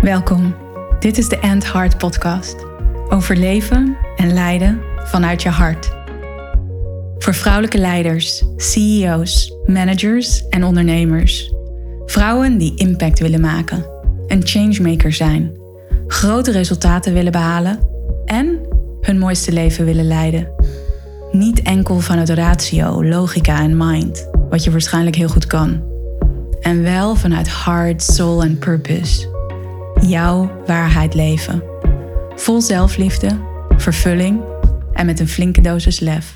Welkom. Dit is de And Heart podcast. Over leven en leiden vanuit je hart. Voor vrouwelijke leiders, CEO's, managers en ondernemers. Vrouwen die impact willen maken. Een changemaker zijn. Grote resultaten willen behalen. En hun mooiste leven willen leiden. Niet enkel vanuit ratio, logica en mind. Wat je waarschijnlijk heel goed kan. En wel vanuit heart, soul en purpose. Jouw waarheid leven. Vol zelfliefde, vervulling en met een flinke dosis lef.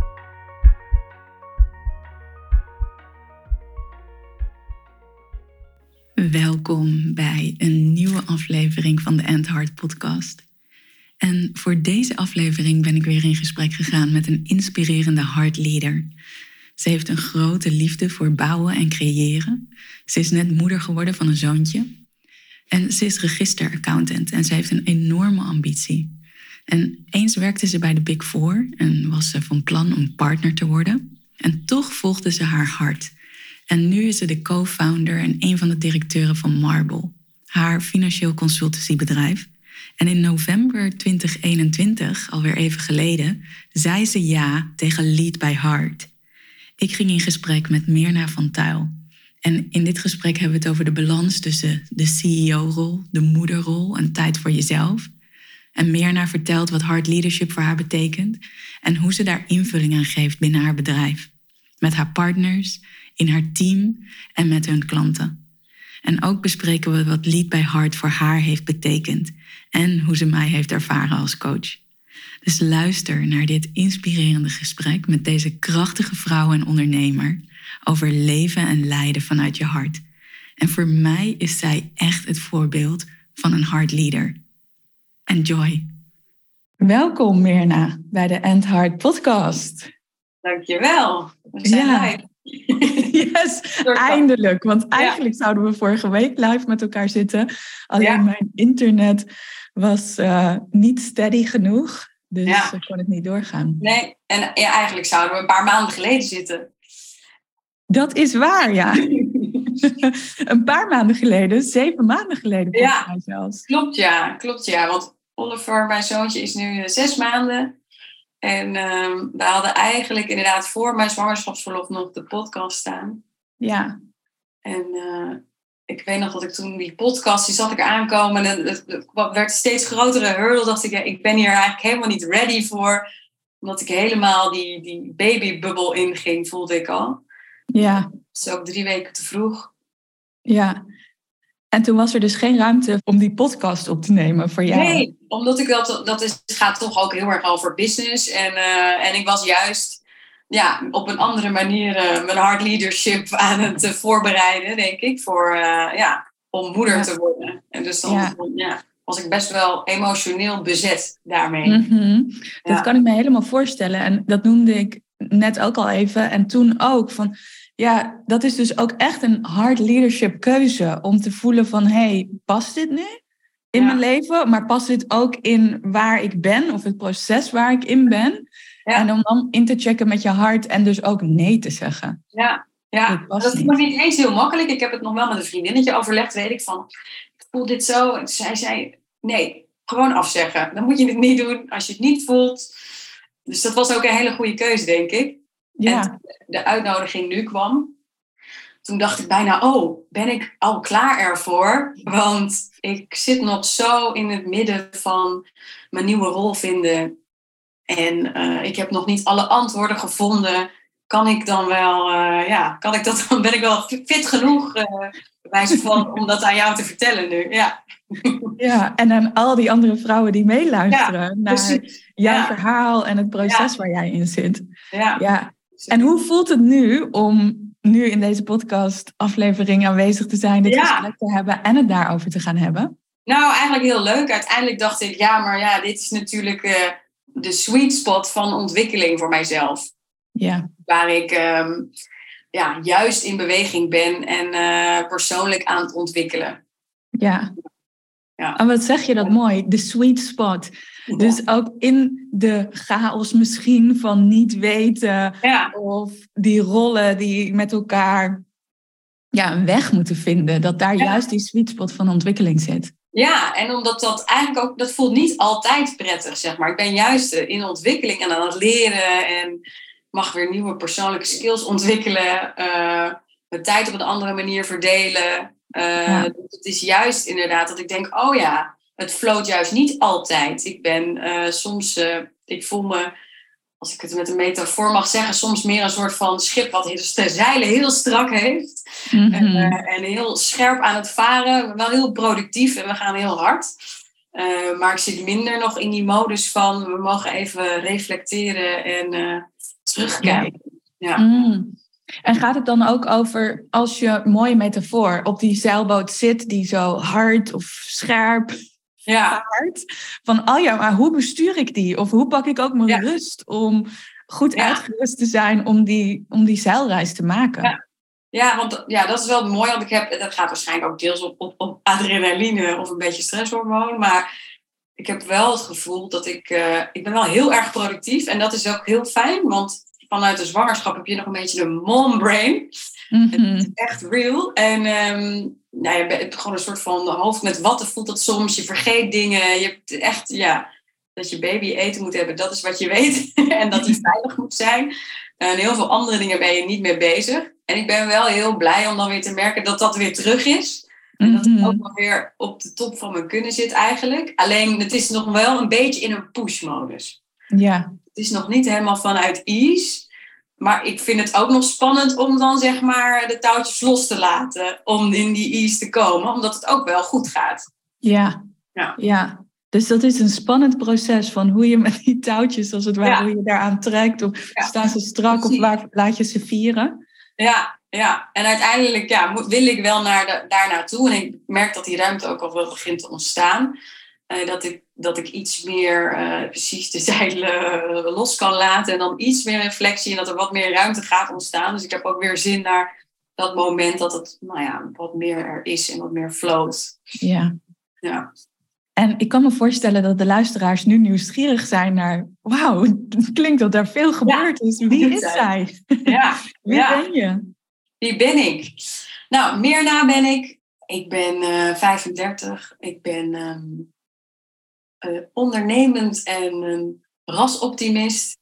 Welkom bij een nieuwe aflevering van de And Heart podcast. En voor deze aflevering ben ik weer in gesprek gegaan met een inspirerende heartleader. Ze heeft een grote liefde voor bouwen en creëren. Ze is net moeder geworden van een zoontje. En ze is registeraccountant en ze heeft een enorme ambitie. En eens werkte ze bij de Big Four en was ze van plan om partner te worden. En toch volgde ze haar hart. En nu is ze de co-founder en een van de directeuren van Marble, haar financieel consultancybedrijf. En in november 2021, alweer even geleden, zei ze ja tegen Lead by Heart. Ik ging in gesprek met Mirna van Tuyl. En in dit gesprek hebben we het over de balans tussen de CEO-rol, de moederrol en tijd voor jezelf. En Mirna vertelt wat hard leadership voor haar betekent en hoe ze daar invulling aan geeft binnen haar bedrijf. Met haar partners, in haar team en met hun klanten. En ook bespreken we wat Lead by Heart voor haar heeft betekend en hoe ze mij heeft ervaren als coach. Dus luister naar dit inspirerende gesprek met deze krachtige vrouw en ondernemer over leven en leiden vanuit je hart. En voor mij is zij echt het voorbeeld van een heart leader. Enjoy. Welkom Mirna bij de And Heart podcast. Dankjewel. We zijn live. Yes, eindelijk. Want eigenlijk zouden we vorige week live met elkaar zitten. Alleen mijn internet was niet steady genoeg. Dus ik kon het niet doorgaan. Nee, en eigenlijk zouden we een paar maanden geleden zitten. Dat is waar, ja. Een paar maanden geleden, 7 maanden geleden. Ja, zelfs. Klopt ja. Want Oliver, mijn zoontje, is nu 6 maanden. En we hadden eigenlijk inderdaad voor mijn zwangerschapsverlof nog de podcast staan. Ja. En ik weet nog dat ik toen die podcast, die zat ik aankomen. En het werd een steeds grotere hurdle. Dacht ik ben hier eigenlijk helemaal niet ready voor. Omdat ik helemaal die babybubbel inging, voelde ik al. Ja. Dat is ook 3 weken te vroeg. Ja. En toen was er dus geen ruimte om die podcast op te nemen voor jou. Nee, omdat ik gaat toch ook heel erg over business. En ik was juist op een andere manier mijn hard leadership aan het voorbereiden, denk ik. Om moeder te worden. En dus dan was ik best wel emotioneel bezet daarmee. Mm-hmm. Dat kan ik me helemaal voorstellen. En dat noemde ik net ook al even. En toen ook van... Ja, dat is dus ook echt een hard leadership keuze. Om te voelen van, past dit nu in mijn leven? Maar past dit ook in waar ik ben? Of het proces waar ik in ben? Ja. En om dan in te checken met je hart en dus ook nee te zeggen. Ja. Dat is nog niet eens heel makkelijk. Ik heb het nog wel met een vriendinnetje overlegd. Weet ik van, ik voel dit zo. En zij zei, nee, gewoon afzeggen. Dan moet je het niet doen als je het niet voelt. Dus dat was ook een hele goede keuze, denk ik. Ja. En de uitnodiging nu kwam, toen dacht ik bijna, ben ik al klaar ervoor? Want ik zit nog zo in het midden van mijn nieuwe rol vinden. En ik heb nog niet alle antwoorden gevonden. Kan ik dan wel, ben ik wel fit genoeg, wijze van, om dat aan jou te vertellen nu. Ja. Ja, en aan al die andere vrouwen die meeluisteren naar jouw verhaal en het proces waar jij in zit. Ja. En hoe voelt het nu om nu in deze podcast aflevering aanwezig te zijn, dit gesprek te hebben en het daarover te gaan hebben? Nou, eigenlijk heel leuk. Uiteindelijk dacht ik, dit is natuurlijk de sweet spot van ontwikkeling voor mijzelf. Ja. Waar ik juist in beweging ben en persoonlijk aan het ontwikkelen. Ja. En wat zeg je dat mooi, de sweet spot. Ja. Dus ook in de chaos misschien van niet weten of die rollen die met elkaar een weg moeten vinden. Dat daar juist die sweet spot van ontwikkeling zit. Ja, en omdat dat eigenlijk ook, dat voelt niet altijd prettig, zeg maar. Ik ben juist in ontwikkeling en aan het leren en mag weer nieuwe persoonlijke skills ontwikkelen. Mijn tijd op een andere manier verdelen. Dus het is juist inderdaad dat ik denk, oh ja, het floot juist niet altijd. Ik ben soms, ik voel me, als ik het met een metafoor mag zeggen, soms meer een soort van schip wat de zeilen heel strak heeft. En heel scherp aan het varen. Wel heel productief en we gaan heel hard. Maar ik zit minder nog in die modus van we mogen even reflecteren en terugkijken. Ja. En gaat het dan ook over, als je, mooie metafoor, op die zeilboot zit die zo hard of scherp vaart. Van, maar hoe bestuur ik die? Of hoe pak ik ook mijn rust om goed uitgerust te zijn om die zeilreis te maken? Ja, want dat is wel mooi, want dat gaat waarschijnlijk ook deels op adrenaline of een beetje stresshormoon. Maar ik heb wel het gevoel dat ik ben wel heel erg productief. En dat is ook heel fijn, want vanuit de zwangerschap heb je nog een beetje een mom brain. Het is echt real. En je hebt gewoon een soort van hoofd met watten voelt dat soms. Je vergeet dingen. Je hebt echt, dat je baby eten moet hebben, dat is wat je weet. En dat die veilig moet zijn. En heel veel andere dingen ben je niet mee bezig. En ik ben wel heel blij om dan weer te merken dat dat weer terug is. En dat ik ook nog weer op de top van mijn kunnen zit eigenlijk. Alleen het is nog wel een beetje in een push-modus. Ja. Het is nog niet helemaal vanuit ease. Maar ik vind het ook nog spannend om dan zeg maar de touwtjes los te laten. Om in die ease te komen. Omdat het ook wel goed gaat. Ja. Dus dat is een spannend proces van hoe je met die touwtjes als het ware, hoe je daaraan trekt. Of staan ze strak precies. Of laat je ze vieren? Ja. En uiteindelijk wil ik wel daar naartoe. En ik merk dat die ruimte ook al wel begint te ontstaan. Dat ik iets meer precies de zeilen los kan laten. En dan iets meer reflectie en dat er wat meer ruimte gaat ontstaan. Dus ik heb ook weer zin naar dat moment dat het wat meer er is en wat meer float. Ja. Ja. En ik kan me voorstellen dat de luisteraars nu nieuwsgierig zijn naar... Wauw, het klinkt dat er veel gebeurd is. Wie is zij? Ja. Wie ben je? Wie ben ik? Nou, Mirna ben ik. Ik ben 35. Ik ben ondernemend en rasoptimist.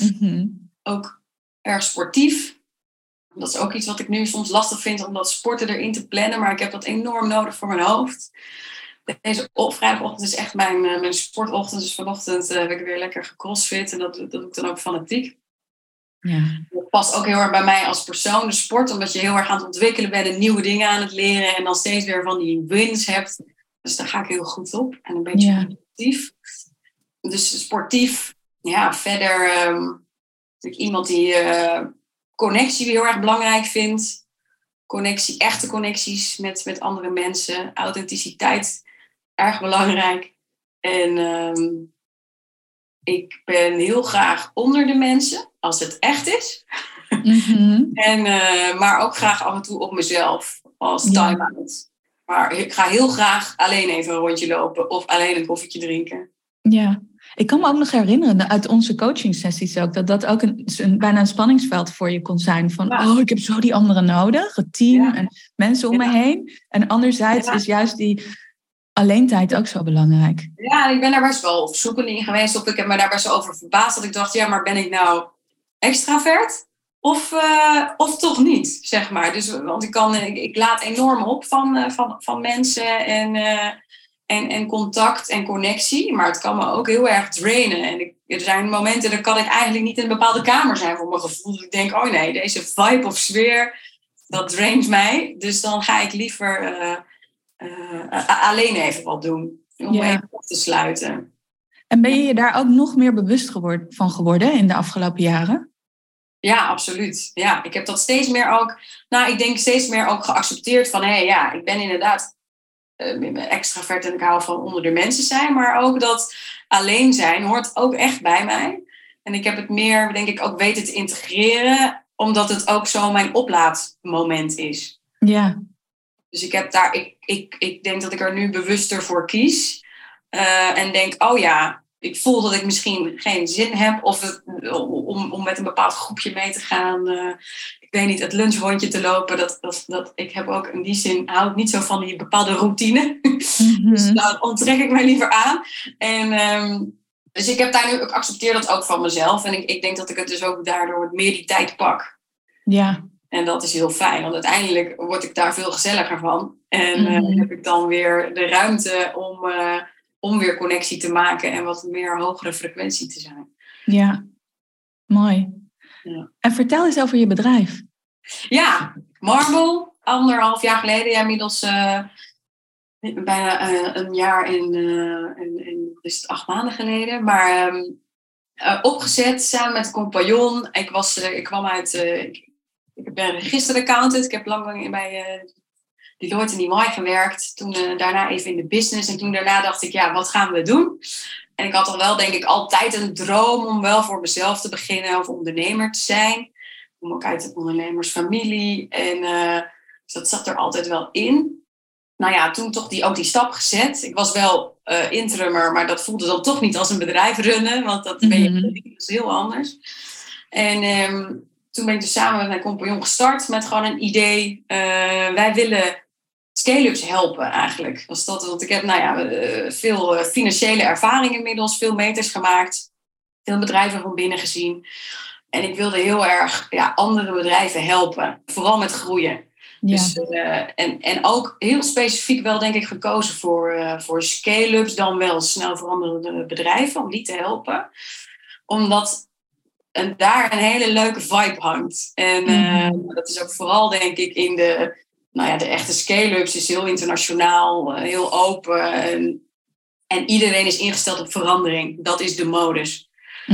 Ook erg sportief. Dat is ook iets wat ik nu soms lastig vind om dat sporten erin te plannen. Maar ik heb dat enorm nodig voor mijn hoofd. Deze vrijdagochtend is echt mijn sportochtend. Dus vanochtend heb ik weer lekker gecrossfit. En dat doe ik dan ook fanatiek. Ja. Dat past ook heel erg bij mij als persoon, de sport. Omdat je heel erg aan het ontwikkelen bent en nieuwe dingen aan het leren. En dan steeds weer van die wins hebt. Dus daar ga ik heel goed op. En een beetje sportief. Dus sportief. Ja, verder ben ik iemand die connectie heel erg belangrijk vindt. Echte connecties met andere mensen. Authenticiteit, erg belangrijk. En ik ben heel graag onder de mensen, als het echt is. Maar ook graag af en toe op mezelf, als time-out. Maar ik ga heel graag alleen even een rondje lopen of alleen een koffietje drinken. Ja, ik kan me ook nog herinneren uit onze coaching sessies ook, dat ook bijna een spanningsveld voor je kon zijn. Van, ik heb zo die anderen nodig, het team en mensen om me heen. En anderzijds is juist die alleentijd ook zo belangrijk. Ja, ik ben daar best wel zoekende in geweest. Of ik heb me daar best wel over verbaasd. Dat ik dacht, maar ben ik nou extravert? Of toch niet, zeg maar. Dus, want ik laat enorm op van mensen en contact en connectie. Maar het kan me ook heel erg drainen. En er zijn momenten dat kan ik eigenlijk niet in een bepaalde kamer zijn voor mijn gevoel. Dat ik denk, oh nee, deze vibe of sfeer, dat draint mij. Dus dan ga ik liever alleen even wat doen. Om even op te sluiten. En ben je je daar ook nog meer bewust van geworden in de afgelopen jaren? Ja, absoluut. Ja, ik heb dat steeds meer ook... ik denk steeds meer ook geaccepteerd van... ik ben inderdaad extravert en ik hou van onder de mensen zijn. Maar ook dat alleen zijn hoort ook echt bij mij. En ik heb het meer, denk ik, ook weten te integreren. Omdat het ook zo mijn oplaadmoment is. Ja. Dus ik heb ik denk dat ik er nu bewuster voor kies. En denk, ik voel dat ik misschien geen zin heb om met een bepaald groepje mee te gaan. Ik weet niet, het lunchrondje te lopen. Ik heb ook in die zin, hou ik niet zo van die bepaalde routine. Dus dan onttrek ik mij liever aan. En dus ik heb daar nu, ik accepteer dat ook van mezelf. En ik denk dat ik het dus ook daardoor meer die tijd pak. Ja. En dat is heel fijn, want uiteindelijk word ik daar veel gezelliger van. En heb ik dan weer de ruimte om weer connectie te maken en wat meer hogere frequentie te zijn. Ja, mooi. Ja. En vertel eens over je bedrijf. Ja, Marble, 1,5 jaar geleden, inmiddels bijna een jaar en is het 8 maanden geleden. Maar opgezet samen met een compagnon. Ik ben registeraccountant. Ik heb lang bij Deloitte en EY gewerkt. Toen daarna even in de business. En toen daarna dacht ik, ja, wat gaan we doen? En ik had dan wel, denk ik, altijd een droom om wel voor mezelf te beginnen. Of ondernemer te zijn. Ik kom ook uit een ondernemersfamilie. En dus dat zat er altijd wel in. Nou ja, toen toch die stap gezet. Ik was wel interimmer, maar dat voelde dan toch niet als een bedrijf runnen. Want dat ben je dat is heel anders. En toen ben ik dus samen met mijn compagnon gestart met gewoon een idee. Wij willen scale-ups helpen eigenlijk. Want ik heb veel financiële ervaring inmiddels. Veel meters gemaakt. Veel bedrijven van binnen gezien. En ik wilde heel erg andere bedrijven helpen. Vooral met groeien. Ja. Dus, en ook heel specifiek wel denk ik gekozen voor scale-ups. Dan wel snel veranderende bedrijven. Om die te helpen. Omdat daar een hele leuke vibe hangt. En dat is ook vooral denk ik in de echte scale-ups is heel internationaal, heel open. En iedereen is ingesteld op verandering. Dat is de modus.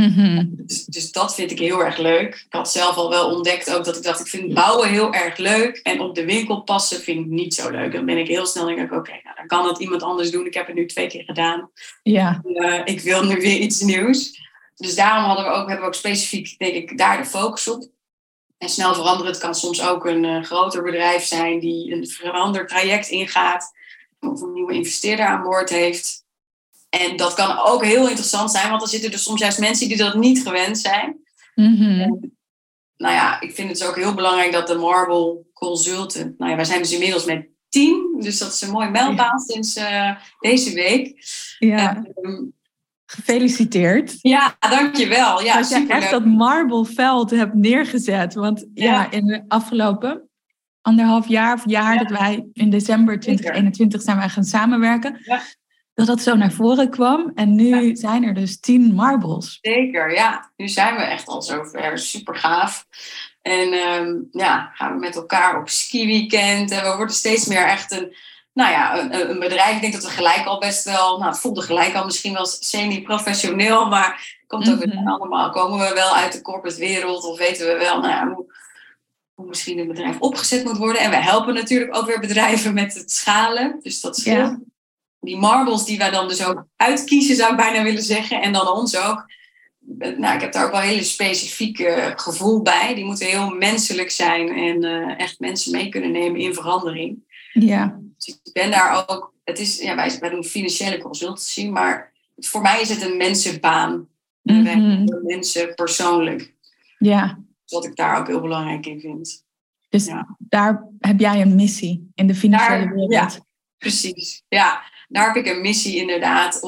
Dus dat vind ik heel erg leuk. Ik had zelf al wel ontdekt ook dat ik dacht, ik vind bouwen heel erg leuk. En op de winkel passen vind ik niet zo leuk. Dan ben ik heel snel denk ik, oké, dan kan het iemand anders doen. Ik heb het nu 2 keer gedaan. Ja. Ik wil nu weer iets nieuws. Dus daarom hebben we ook specifiek, denk ik, daar de focus op. En snel veranderen, het kan soms ook een groter bedrijf zijn die een verandertraject ingaat. Of een nieuwe investeerder aan boord heeft. En dat kan ook heel interessant zijn, want er zitten dus soms juist mensen die dat niet gewend zijn. En, ik vind het dus ook heel belangrijk dat de Marble Consultant... wij zijn dus inmiddels met 10, dus dat is een mooi mijlpaal sinds deze week. Ja. Gefeliciteerd. Ja, dankjewel. Ja, dat je echt dat marbleveld hebt neergezet. Want in de afgelopen 1,5 jaar dat wij in december 2021 zijn wij gaan samenwerken. Ja. Dat zo naar voren kwam. En nu zijn er dus 10 marbles. Zeker, ja. Nu zijn we echt al zover. Super gaaf. En gaan we met elkaar op ski-weekend. En we worden steeds meer echt een bedrijf. Ik denk dat we gelijk al best wel... het voelde gelijk al misschien wel semi-professioneel. Maar komt ook weer allemaal. Komen we wel uit de corporate wereld? Of weten we wel hoe misschien een bedrijf opgezet moet worden? En we helpen natuurlijk ook weer bedrijven met het schalen. Dus dat scheelt. Ja. Die marbles die wij dan dus ook uitkiezen, zou ik bijna willen zeggen. En dan ons ook. Ik heb daar ook wel een hele specifieke gevoel bij. Die moeten heel menselijk zijn. En echt mensen mee kunnen nemen in verandering. Ja. Dus ik ben daar ook... Het is, wij doen financiële consultancy. Maar voor mij is het een mensenbaan. Wij doen mensen persoonlijk. Ja. Wat ik daar ook heel belangrijk in vind. Dus daar heb jij een missie in de financiële wereld. Ja, precies. Ja. Daar heb ik een missie inderdaad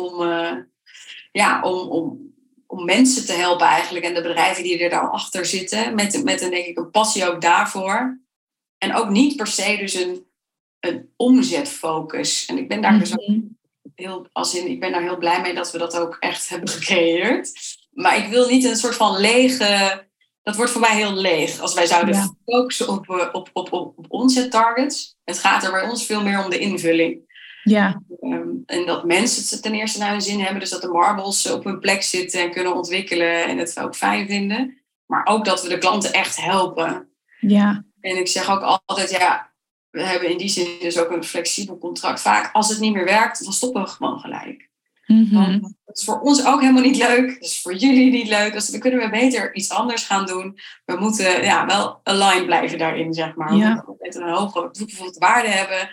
om mensen te helpen eigenlijk. En de bedrijven die er dan achter zitten. Met een, denk ik, een passie ook daarvoor. En ook niet per se dus een omzetfocus. En ik ben daar dus ook ik ben daar heel blij mee dat we dat ook echt hebben gecreëerd. Maar ik wil niet een soort van lege... Dat wordt voor mij heel leeg. Als wij zouden focussen op omzettargets. Het gaat er bij ons veel meer om de invulling. Ja. En dat mensen het ten eerste naar hun zin hebben. Dus dat de marbles op hun plek zitten en kunnen ontwikkelen. En het ook fijn vinden. Maar ook dat we de klanten echt helpen. Ja. En ik zeg ook altijd, we hebben in die zin dus ook een flexibel contract. Vaak als het niet meer werkt, dan stoppen we gewoon gelijk. Want dat is voor ons ook helemaal niet leuk. Dat is voor jullie niet leuk. Dus dan kunnen we beter iets anders gaan doen. We moeten wel aligned blijven daarin, zeg maar. We moeten een hoge toegevoegde waarde hebben.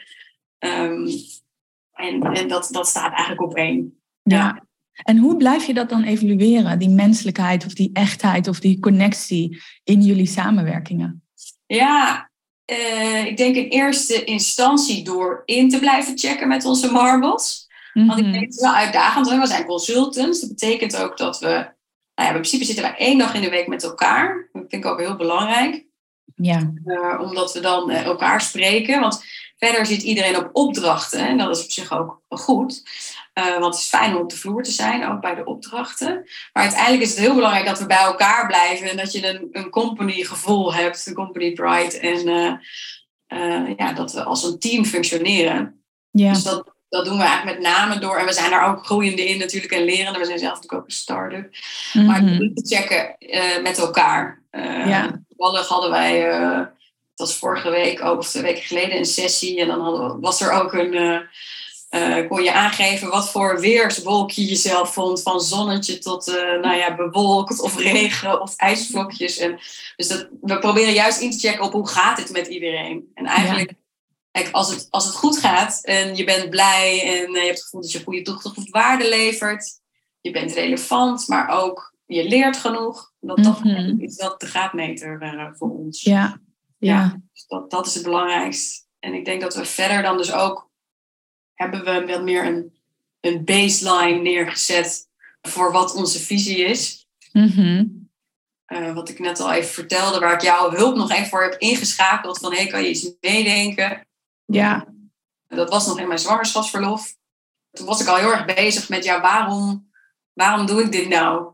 En dat staat eigenlijk op 1. Ja. En hoe blijf je dat dan evalueren? Die menselijkheid of die echtheid of die connectie in jullie samenwerkingen? Ja, ik denk in eerste instantie door in te blijven checken met onze marbles. Want ik denk, het is wel uitdagend. We zijn consultants. Dat betekent ook dat we... in principe zitten wij 1 dag in de week met elkaar. Dat vind ik ook heel belangrijk. Ja. Omdat we dan elkaar spreken. Want verder zit iedereen op opdrachten. En dat is op zich ook goed. Want het is fijn om op de vloer te zijn, ook bij de opdrachten. Maar uiteindelijk is het heel belangrijk dat we bij elkaar blijven. En dat je een company gevoel hebt. Een company pride. En dat we als een team functioneren. Ja. Dus dat doen we eigenlijk met name door. En we zijn daar ook groeiende in natuurlijk en lerende. We zijn zelf natuurlijk ook een start-up. Maar te checken met elkaar. Toevallig hadden wij, het was vorige week ook, of 2 weken geleden, een sessie. En dan was er ook kon je aangeven wat voor weerswolk je jezelf vond. Van zonnetje tot bewolkt of regen of ijsvlokjes. En dus we proberen juist in te checken op hoe gaat het met iedereen. En eigenlijk... Kijk, als het goed gaat en je bent blij en je hebt het gevoel dat je goede toegevoegde waarde levert. Je bent relevant, maar ook je leert genoeg. Dat is dat de graadmeter voor ons. Ja. Dus dat is het belangrijkst. En ik denk dat we verder dan dus ook hebben we wel meer een baseline neergezet voor wat onze visie is. Wat ik net al even vertelde, waar ik jouw hulp nog even voor heb ingeschakeld. Van, kan je iets meedenken? Ja. Dat was nog in mijn zwangerschapsverlof. Toen was ik al heel erg bezig met, waarom doe ik dit nou?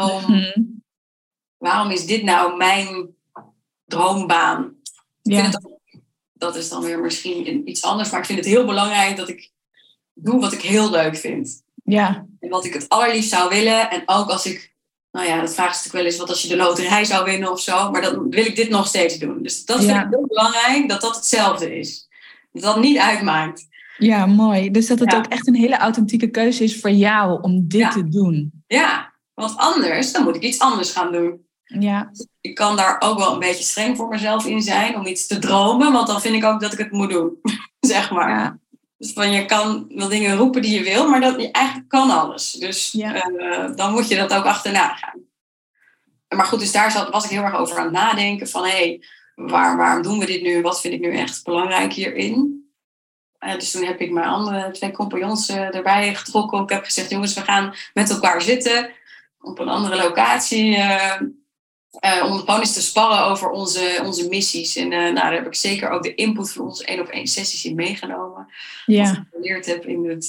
Waarom is dit nou mijn droombaan? Dat is dan weer misschien iets anders, maar ik vind het heel belangrijk dat ik doe wat ik heel leuk vind. Ja. En wat ik het allerliefst zou willen. En ook als ik, dat vraagt ze natuurlijk wel eens, wat als je de loterij zou winnen of zo. Maar dan wil ik dit nog steeds doen. Dus dat vind ik heel belangrijk, dat hetzelfde is. Dat niet uitmaakt. Ja, mooi. Dus dat het ook echt een hele authentieke keuze is voor jou om dit te doen. Ja, want anders, dan moet ik iets anders gaan doen. Ja. Ik kan daar ook wel een beetje streng voor mezelf in zijn om iets te dromen, want dan vind ik ook dat ik het moet doen. Zeg maar. Ja. Dus je kan wel dingen roepen die je wil, maar je eigenlijk kan alles. Dus dan moet je dat ook achterna gaan. Maar goed, dus daar was ik heel erg over aan het nadenken van waarom doen we dit nu? Wat vind ik nu echt belangrijk hierin? Dus toen heb ik mijn andere 2 compagnons erbij getrokken. Ik heb gezegd, jongens, we gaan met elkaar zitten op een andere locatie. Om gewoon eens te sparren over onze missies. En daar heb ik zeker ook de input van onze 1-op-1 sessies in meegenomen. Wat ik geleerd heb in het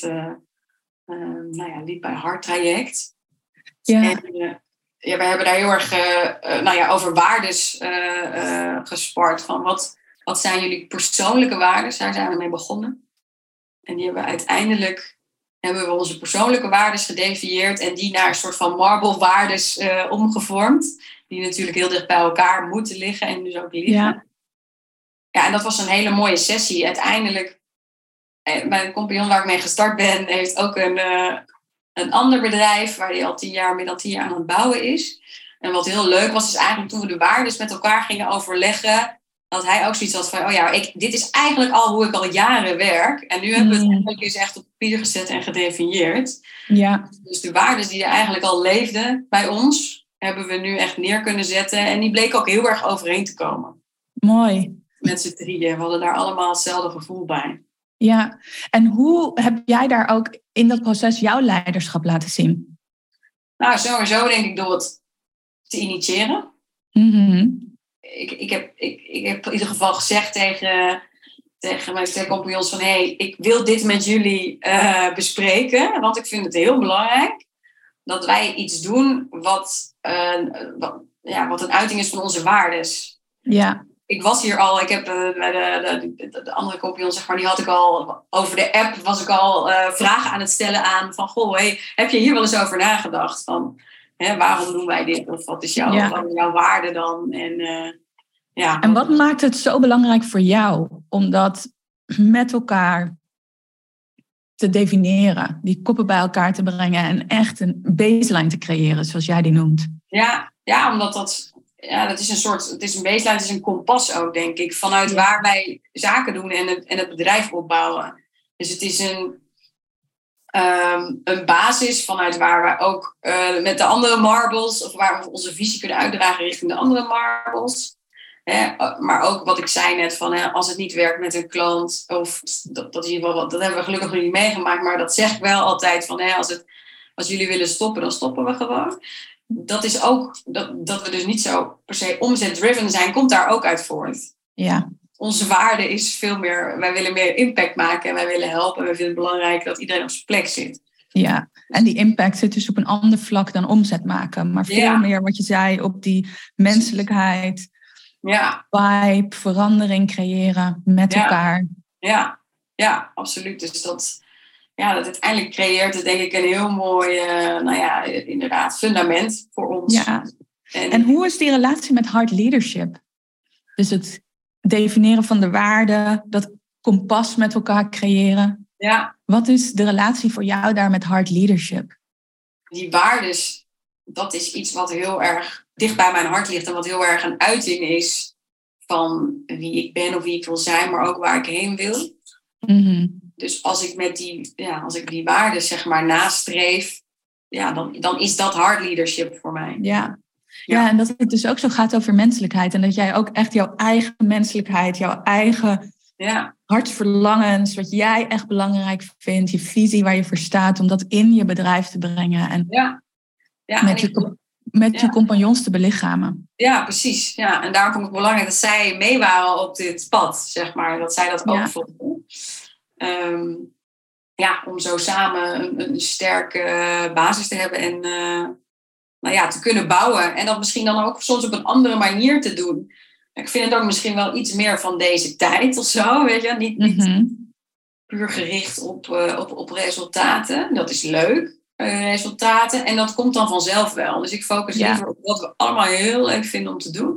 Lead by Heart traject. Ja. En, we hebben daar heel erg over waardes gespart. Van wat zijn jullie persoonlijke waardes? Daar zijn we mee begonnen. En die hebben we onze persoonlijke waardes gedefinieerd. En die naar een soort van marble waardes omgevormd. Die natuurlijk heel dicht bij elkaar moeten liggen. En dus ook liggen. Ja, en dat was een hele mooie sessie. Uiteindelijk, mijn compagnon waar ik mee gestart ben, heeft ook een ander bedrijf waar hij al meer dan 10 jaar aan het bouwen is. En wat heel leuk was, is eigenlijk toen we de waardes met elkaar gingen overleggen, dat hij ook zoiets had van, dit is eigenlijk al hoe ik al jaren werk. En nu hebben we het eigenlijk eens echt op papier gezet en gedefinieerd. Ja. Dus de waardes die er eigenlijk al leefden bij ons, hebben we nu echt neer kunnen zetten. En die bleken ook heel erg overeen te komen. Mooi. Met z'n 3. We hadden daar allemaal hetzelfde gevoel bij. Ja, en hoe heb jij daar ook in dat proces jouw leiderschap laten zien? Nou, sowieso denk ik door het te initiëren. Ik heb in ieder geval gezegd tegen mijn 2 compagnons van, ik wil dit met jullie bespreken, want ik vind het heel belangrijk dat wij iets doen wat een uiting is van onze waardes. Ja. Ik was hier al, ik heb de andere compagnon, zeg maar, die had ik al over de app, was ik al vragen aan het stellen aan van, heb je hier wel eens over nagedacht? Van, waarom doen wij dit? Of wat is jouw waarde dan? En wat maakt het zo belangrijk voor jou om dat met elkaar te definiëren, die koppen bij elkaar te brengen en echt een baseline te creëren, zoals jij die noemt? Ja, omdat dat is het is een baseline, het is een kompas ook, denk ik, vanuit waar wij zaken doen en het bedrijf opbouwen. Dus het is een basis vanuit waar wij ook met de andere marbles, of waar we onze visie kunnen uitdragen richting de andere marbles. Maar ook wat ik zei net, van als het niet werkt met een klant, of dat is in ieder geval, dat hebben we gelukkig nog niet meegemaakt, maar dat zeg ik wel altijd, van als jullie willen stoppen, dan stoppen we gewoon. Dat is ook, dat we dus niet zo per se omzet-driven zijn, komt daar ook uit voort. Ja. Onze waarde is veel meer, wij willen meer impact maken en wij willen helpen. En wij vinden het belangrijk dat iedereen op zijn plek zit. Ja, en die impact zit dus op een ander vlak dan omzet maken. Maar veel meer wat je zei op die menselijkheid, vibe, verandering creëren met elkaar. Ja, absoluut. Dus dat uiteindelijk creëert het denk ik een heel mooi, inderdaad, fundament voor ons. Ja. En hoe is die relatie met Heart Leadership? Dus het definiëren van de waarden, dat kompas met elkaar creëren. Ja. Wat is de relatie voor jou daar met Heart Leadership? Die waardes, dat is iets wat heel erg dicht bij mijn hart ligt en wat heel erg een uiting is van wie ik ben of wie ik wil zijn, maar ook waar ik heen wil. Mm-hmm. Dus als ik die waarden zeg maar nastreef, dan is dat Heart Leadership voor mij. Ja, en dat het dus ook zo gaat over menselijkheid. En dat jij ook echt jouw eigen menselijkheid, jouw eigen hartsverlangens, wat jij echt belangrijk vindt, je visie waar je voor staat, om dat in je bedrijf te brengen. En met je compagnons te belichamen. Ja, precies. Ja, en daarom vond ik het belangrijk dat zij mee waren op dit pad, zeg maar. Dat zij dat ook vonden. Om zo samen een sterke basis te hebben en te kunnen bouwen. En dat misschien dan ook soms op een andere manier te doen. Ik vind het ook misschien wel iets meer van deze tijd of zo, weet je. Niet puur gericht op resultaten. Dat is leuk, resultaten. En dat komt dan vanzelf wel. Dus ik focus liever op wat we allemaal heel leuk vinden om te doen.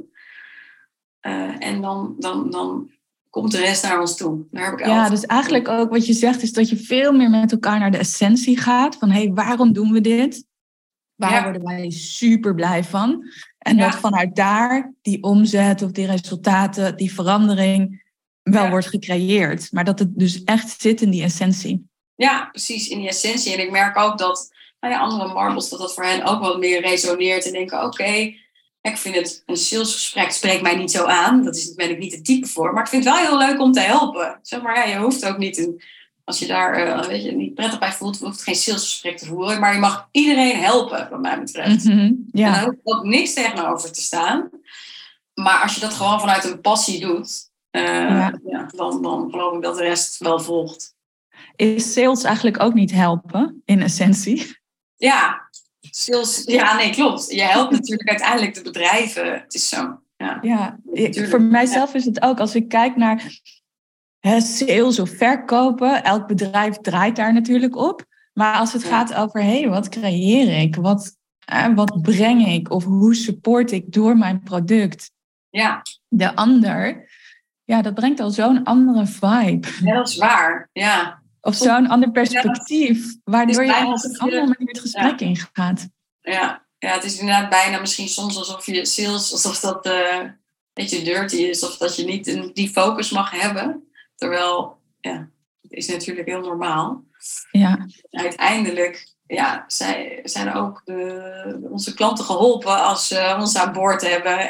En dan komt de rest naar ons toe. Daar heb ik dus eigenlijk ook wat je zegt is dat je veel meer met elkaar naar de essentie gaat. Van waarom doen we dit? Waar worden wij super blij van? En dat vanuit daar die omzet of die resultaten, die verandering wel wordt gecreëerd. Maar dat het dus echt zit in die essentie. Ja, precies, in die essentie. En ik merk ook dat andere marbles, dat voor hen ook wat meer resoneert. En denken, oké, ik vind het een salesgesprek spreekt mij niet zo aan. Daar ben ik niet het type voor. Maar ik vind het wel heel leuk om te helpen. Zeg maar, je hoeft ook niet als je daar niet prettig bij voelt, hoeft geen salesgesprek te voeren. Maar je mag iedereen helpen, wat mij betreft. Mm-hmm, En daar hoeft ook niks tegenover te staan. Maar als je dat gewoon vanuit een passie doet, dan geloof ik dat de rest wel volgt. Is sales eigenlijk ook niet helpen, in essentie? Ja, sales, nee, klopt. Je helpt natuurlijk uiteindelijk de bedrijven. Het is zo. Voor mijzelf is het ook, als ik kijk naar sales of verkopen, elk bedrijf draait daar natuurlijk op. Maar als het gaat over, wat creëer ik? Wat breng ik? Of hoe support ik door mijn product? De ander, dat brengt al zo'n andere vibe. Ja, dat is waar, Of zo'n ander perspectief, waardoor je op een andere manier het gesprek ingaat. Ja, het is inderdaad bijna misschien soms alsof je sales, alsof dat een beetje dirty is, of dat je niet die focus mag hebben. Terwijl, het is natuurlijk heel normaal. Ja. Uiteindelijk, zijn ook onze klanten geholpen als ze ons aan boord hebben.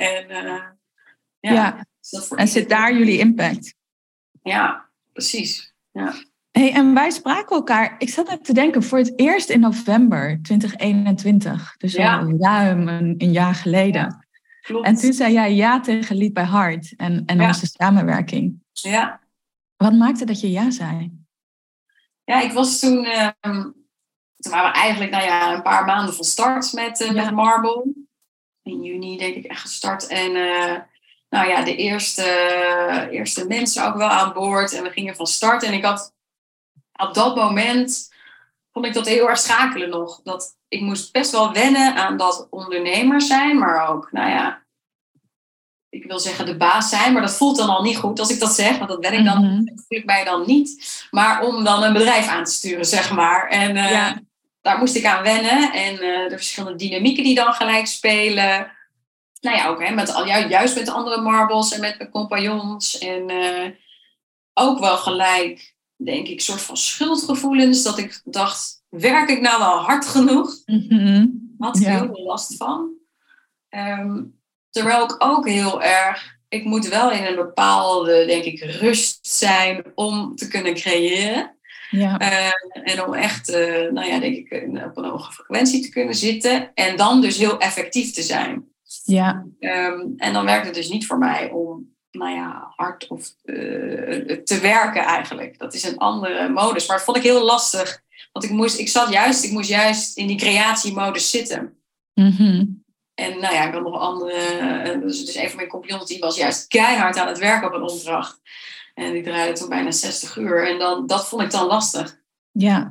En zit daar jullie impact? Ja, precies. Ja. Hey, en wij spraken elkaar, ik zat net te denken, voor het eerst in november 2021. Dus al ruim een jaar geleden. Ja, klopt. En toen zei jij ja tegen Lead by Heart en onze samenwerking. Ja. Wat maakte dat je ja zei? Ja, ik was toen waren we eigenlijk een paar maanden van start met Marble. In juni denk ik echt gestart. En de eerste mensen ook wel aan boord. En we gingen van start. En ik had op dat moment, vond ik dat heel erg schakelen nog. Dat ik moest best wel wennen aan dat ondernemers zijn. Maar ook, ik wil zeggen de baas zijn. Maar dat voelt dan al niet goed als ik dat zeg. Want dat ben ik dan, dat voel ik mij dan niet. Maar om dan een bedrijf aan te sturen, zeg maar. En daar moest ik aan wennen. En de verschillende dynamieken die dan gelijk spelen. Ook juist met de andere marbles en met mijn compagnons. En ook wel gelijk, denk ik, soort van schuldgevoelens. Dat ik dacht, werk ik nou wel hard genoeg? Had ik heel veel last van. Terwijl ik ook heel erg ik moet wel in een bepaalde, denk ik, rust zijn om te kunnen creëren. Ja. En om echt, denk ik, op een hoge frequentie te kunnen zitten. En dan dus heel effectief te zijn. Ja. En dan werkt het dus niet voor mij om, hard of te werken eigenlijk. Dat is een andere modus. Maar dat vond ik heel lastig. Want ik moest juist in die creatiemodus zitten. Mm-hmm. En ik had nog andere... Dus een van mijn compagnons, die was juist keihard aan het werken op een opdracht. En die draaide toen bijna 60 uur. En dat vond ik dan lastig. Ja.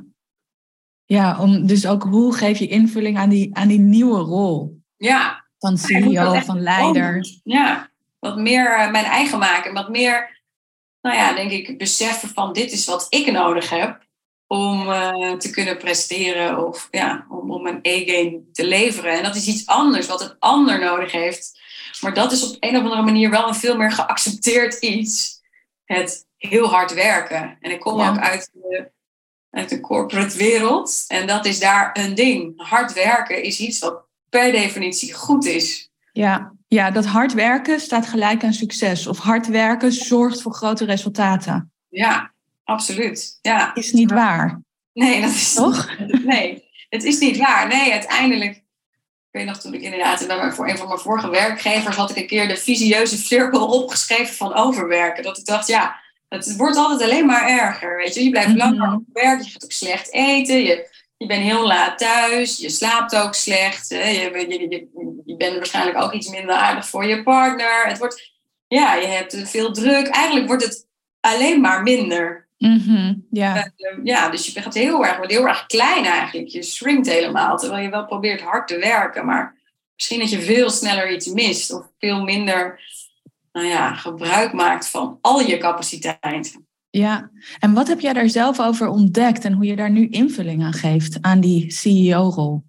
Ja, dus ook hoe geef je invulling aan die nieuwe rol? Ja. Van CEO, van leider. Ja, wat meer mijn eigen maken. Wat meer, denk ik, beseffen van dit is wat ik nodig heb. Om te kunnen presteren of om mijn E-game te leveren. En dat is iets anders wat een ander nodig heeft. Maar dat is op een of andere manier wel een veel meer geaccepteerd iets. Het heel hard werken. En ik kom ook uit de corporate wereld. En dat is daar een ding. Hard werken is iets wat per definitie goed is. Ja, dat hard werken staat gelijk aan succes. Of hard werken zorgt voor grote resultaten. Ja, absoluut. Ja. Is niet waar. Nee, dat is toch? Nee, het is niet waar. Nee, uiteindelijk. Ik weet nog toen ik inderdaad voor een van mijn vorige werkgevers had ik een keer de visieuze cirkel opgeschreven van overwerken. Dat ik dacht, het wordt altijd alleen maar erger. Weet je blijft langer op werk, je gaat ook slecht eten, je bent heel laat thuis, je slaapt ook slecht. Je bent waarschijnlijk ook iets minder aardig voor je partner. Het wordt, je hebt veel druk. Eigenlijk wordt het alleen maar minder. Mm-hmm, dus je wordt heel erg klein eigenlijk. Je shrinkt helemaal, terwijl je wel probeert hard te werken. Maar misschien dat je veel sneller iets mist. Of veel minder gebruik maakt van al je capaciteiten. Ja, en wat heb jij daar zelf over ontdekt? En hoe je daar nu invulling aan geeft aan die CEO-rol?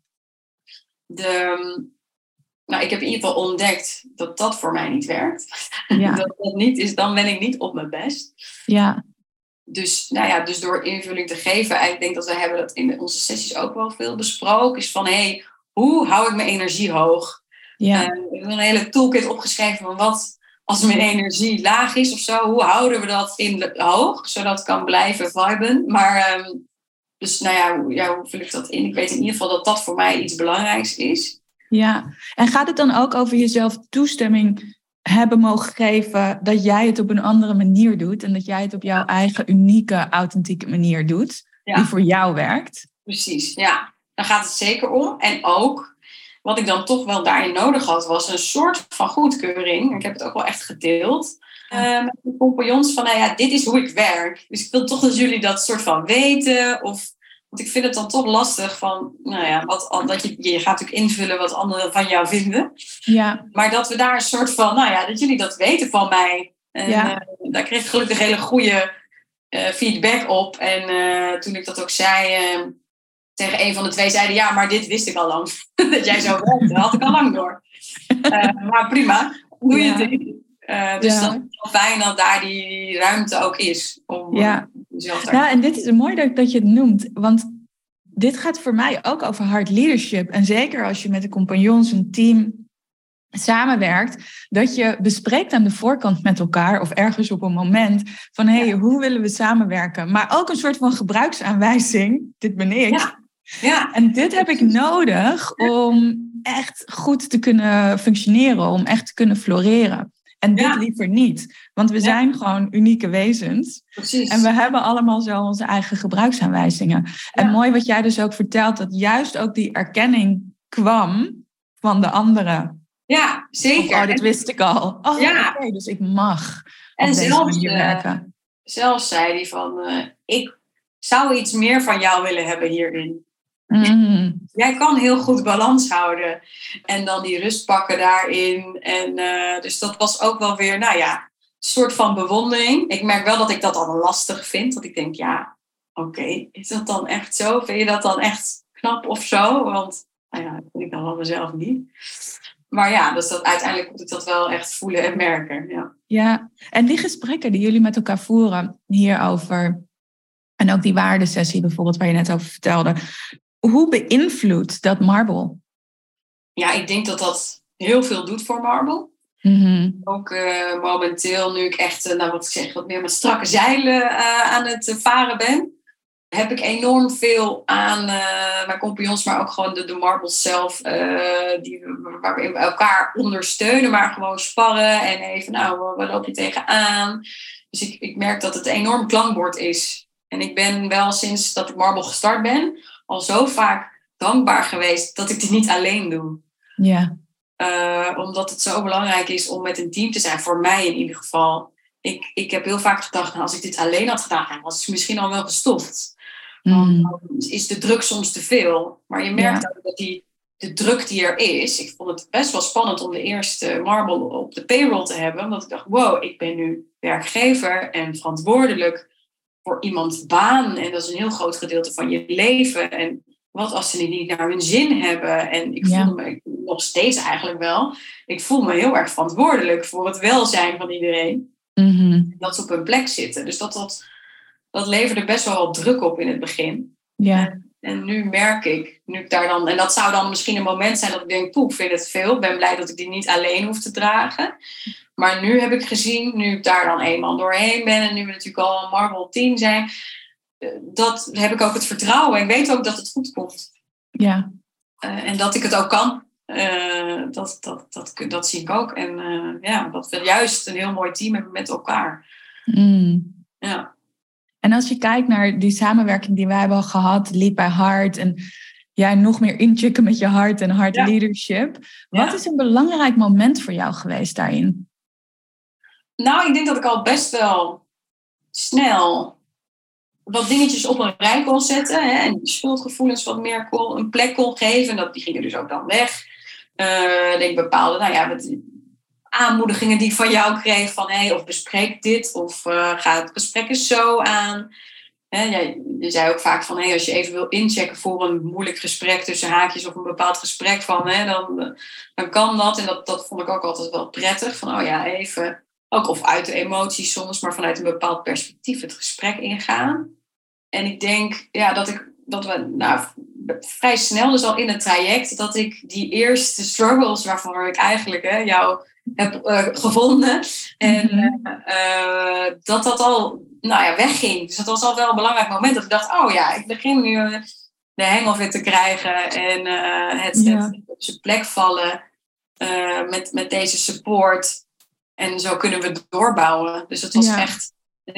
Ik heb in ieder geval ontdekt dat dat voor mij niet werkt. Ja. Dat niet is, dan ben ik niet op mijn best. Ja. Dus door invulling te geven, ik denk dat we hebben dat in onze sessies ook wel veel besproken, is van hoe hou ik mijn energie hoog? Ja. Ik heb een hele toolkit opgeschreven van wat als mijn energie laag is of zo, hoe houden we dat hoog, zodat het kan blijven viben. Maar hoe vul ik dat in? Ik weet in ieder geval dat dat voor mij iets belangrijks is. Ja, en gaat het dan ook over jezelf toestemming hebben mogen geven dat jij het op een andere manier doet en dat jij het op jouw eigen unieke, authentieke manier doet, die voor jou werkt? Precies, ja. Daar gaat het zeker om. En ook, wat ik dan toch wel daarin nodig had, was een soort van goedkeuring. Ik heb het ook wel echt gedeeld met de compagnons van, dit is hoe ik werk. Dus ik wil toch dat jullie dat soort van weten. Want ik vind het dan toch lastig van, dat je gaat natuurlijk invullen wat anderen van jou vinden. Ja. Maar dat we daar een soort van, dat jullie dat weten van mij. En daar kreeg ik gelukkig hele goede feedback op. En toen ik dat ook zei, tegen een van de twee zeiden, maar dit wist ik al lang. Dat jij zo werkt, dat had ik al lang door. Maar prima, doe je het niet. Dus dat is wel fijn dat daar die ruimte ook is. Om jezelf daar en dit is mooi dat je het noemt. Want dit gaat voor mij ook over hard leadership. En zeker als je met de compagnons, een team samenwerkt, dat je bespreekt aan de voorkant met elkaar of ergens op een moment van hoe willen we samenwerken? Maar ook een soort van gebruiksaanwijzing. Dit ben ik. Ja. En dit heb ik nodig om echt goed te kunnen functioneren, om echt te kunnen floreren. En dit liever niet. Want we zijn gewoon unieke wezens. Precies. En we hebben allemaal zo onze eigen gebruiksaanwijzingen. En mooi wat jij dus ook vertelt, dat juist ook die erkenning kwam van de anderen. Ja, zeker. Dit wist ik al. Oké, dus ik mag op deze manier werken. Zelfs zei hij van, ik zou iets meer van jou willen hebben hierin. Mm. Jij kan heel goed balans houden. En dan die rust pakken daarin. En dus dat was ook wel weer, een soort van bewondering. Ik merk wel dat ik dat dan lastig vind. Dat ik denk, oké, is dat dan echt zo? Vind je dat dan echt knap of zo? Want, dat vind ik dan wel mezelf niet. Maar dus uiteindelijk moet ik dat wel echt voelen en merken. Ja, en die gesprekken die jullie met elkaar voeren hierover, en ook die waardesessie bijvoorbeeld waar je net over vertelde, hoe beïnvloedt dat Marble? Ja, ik denk dat dat heel veel doet voor Marble. Ook momenteel, nu ik echt, wat meer met strakke zeilen aan het varen ben, heb ik enorm veel aan mijn compagnons, maar ook gewoon de marbles zelf, waarin we elkaar ondersteunen, maar gewoon sparren en even, waar loop je tegenaan? Dus ik merk dat het een enorm klankbord is. En ik ben wel sinds dat ik marble gestart ben, al zo vaak dankbaar geweest dat ik dit niet alleen doe. Ja. Omdat het zo belangrijk is om met een team te zijn, voor mij in ieder geval. Ik heb heel vaak gedacht, als ik dit alleen had gedaan, was ik misschien al wel gestopt. Want dan is de druk soms te veel. Maar je merkt ook dat de druk die er is. Ik vond het best wel spannend om de eerste marble op de payroll te hebben. Omdat ik dacht, wow, ik ben nu werkgever en verantwoordelijk voor iemands baan. En dat is een heel groot gedeelte van je leven. En wat als ze niet naar hun zin hebben? En ik voelde me nog steeds eigenlijk wel. Ik voel me heel erg verantwoordelijk voor het welzijn van iedereen. Dat ze op hun plek zitten. Dus dat leverde best wel wat druk op in het begin. Ja. En nu merk ik, en dat zou dan misschien een moment zijn dat ik denk, ik vind het veel. Ik ben blij dat ik die niet alleen hoef te dragen. Maar nu heb ik gezien, nu ik daar dan eenmaal doorheen ben en nu we natuurlijk al een Marble team zijn, dat heb ik ook het vertrouwen en weet ook dat het goed komt. Ja. En dat ik het ook kan. Dat zie ik ook. En dat we juist een heel mooi team hebben met elkaar. Ja. En als je kijkt naar die samenwerking die wij hebben gehad, Lead by Heart en nog meer inchecken met je hart en heart leadership. Wat is een belangrijk moment voor jou geweest daarin? Nou, ik denk dat ik al best wel snel wat dingetjes op een rij kon zetten. Hè, en die schuldgevoelens wat meer een plek kon geven. Die gingen dus ook dan weg. Ik denk bepaalde aanmoedigingen die ik van jou kreeg. Van of bespreek dit. Of ga het gesprek eens zo aan. Je zei ook vaak van als je even wil inchecken voor een moeilijk gesprek tussen haakjes. Of een bepaald gesprek dan kan dat. En dat vond ik ook altijd wel prettig. Van even, ook of uit de emoties soms. Maar vanuit een bepaald perspectief het gesprek ingaan. En ik denk dat we vrij snel, dus al in het traject, dat ik die eerste struggles waarvan ik eigenlijk jou heb gevonden. En dat al wegging. Dus dat was al wel een belangrijk moment dat ik dacht, ik begin nu de hang of it te krijgen. En het op zijn plek vallen met deze support. En zo kunnen we doorbouwen. Dus het was echt,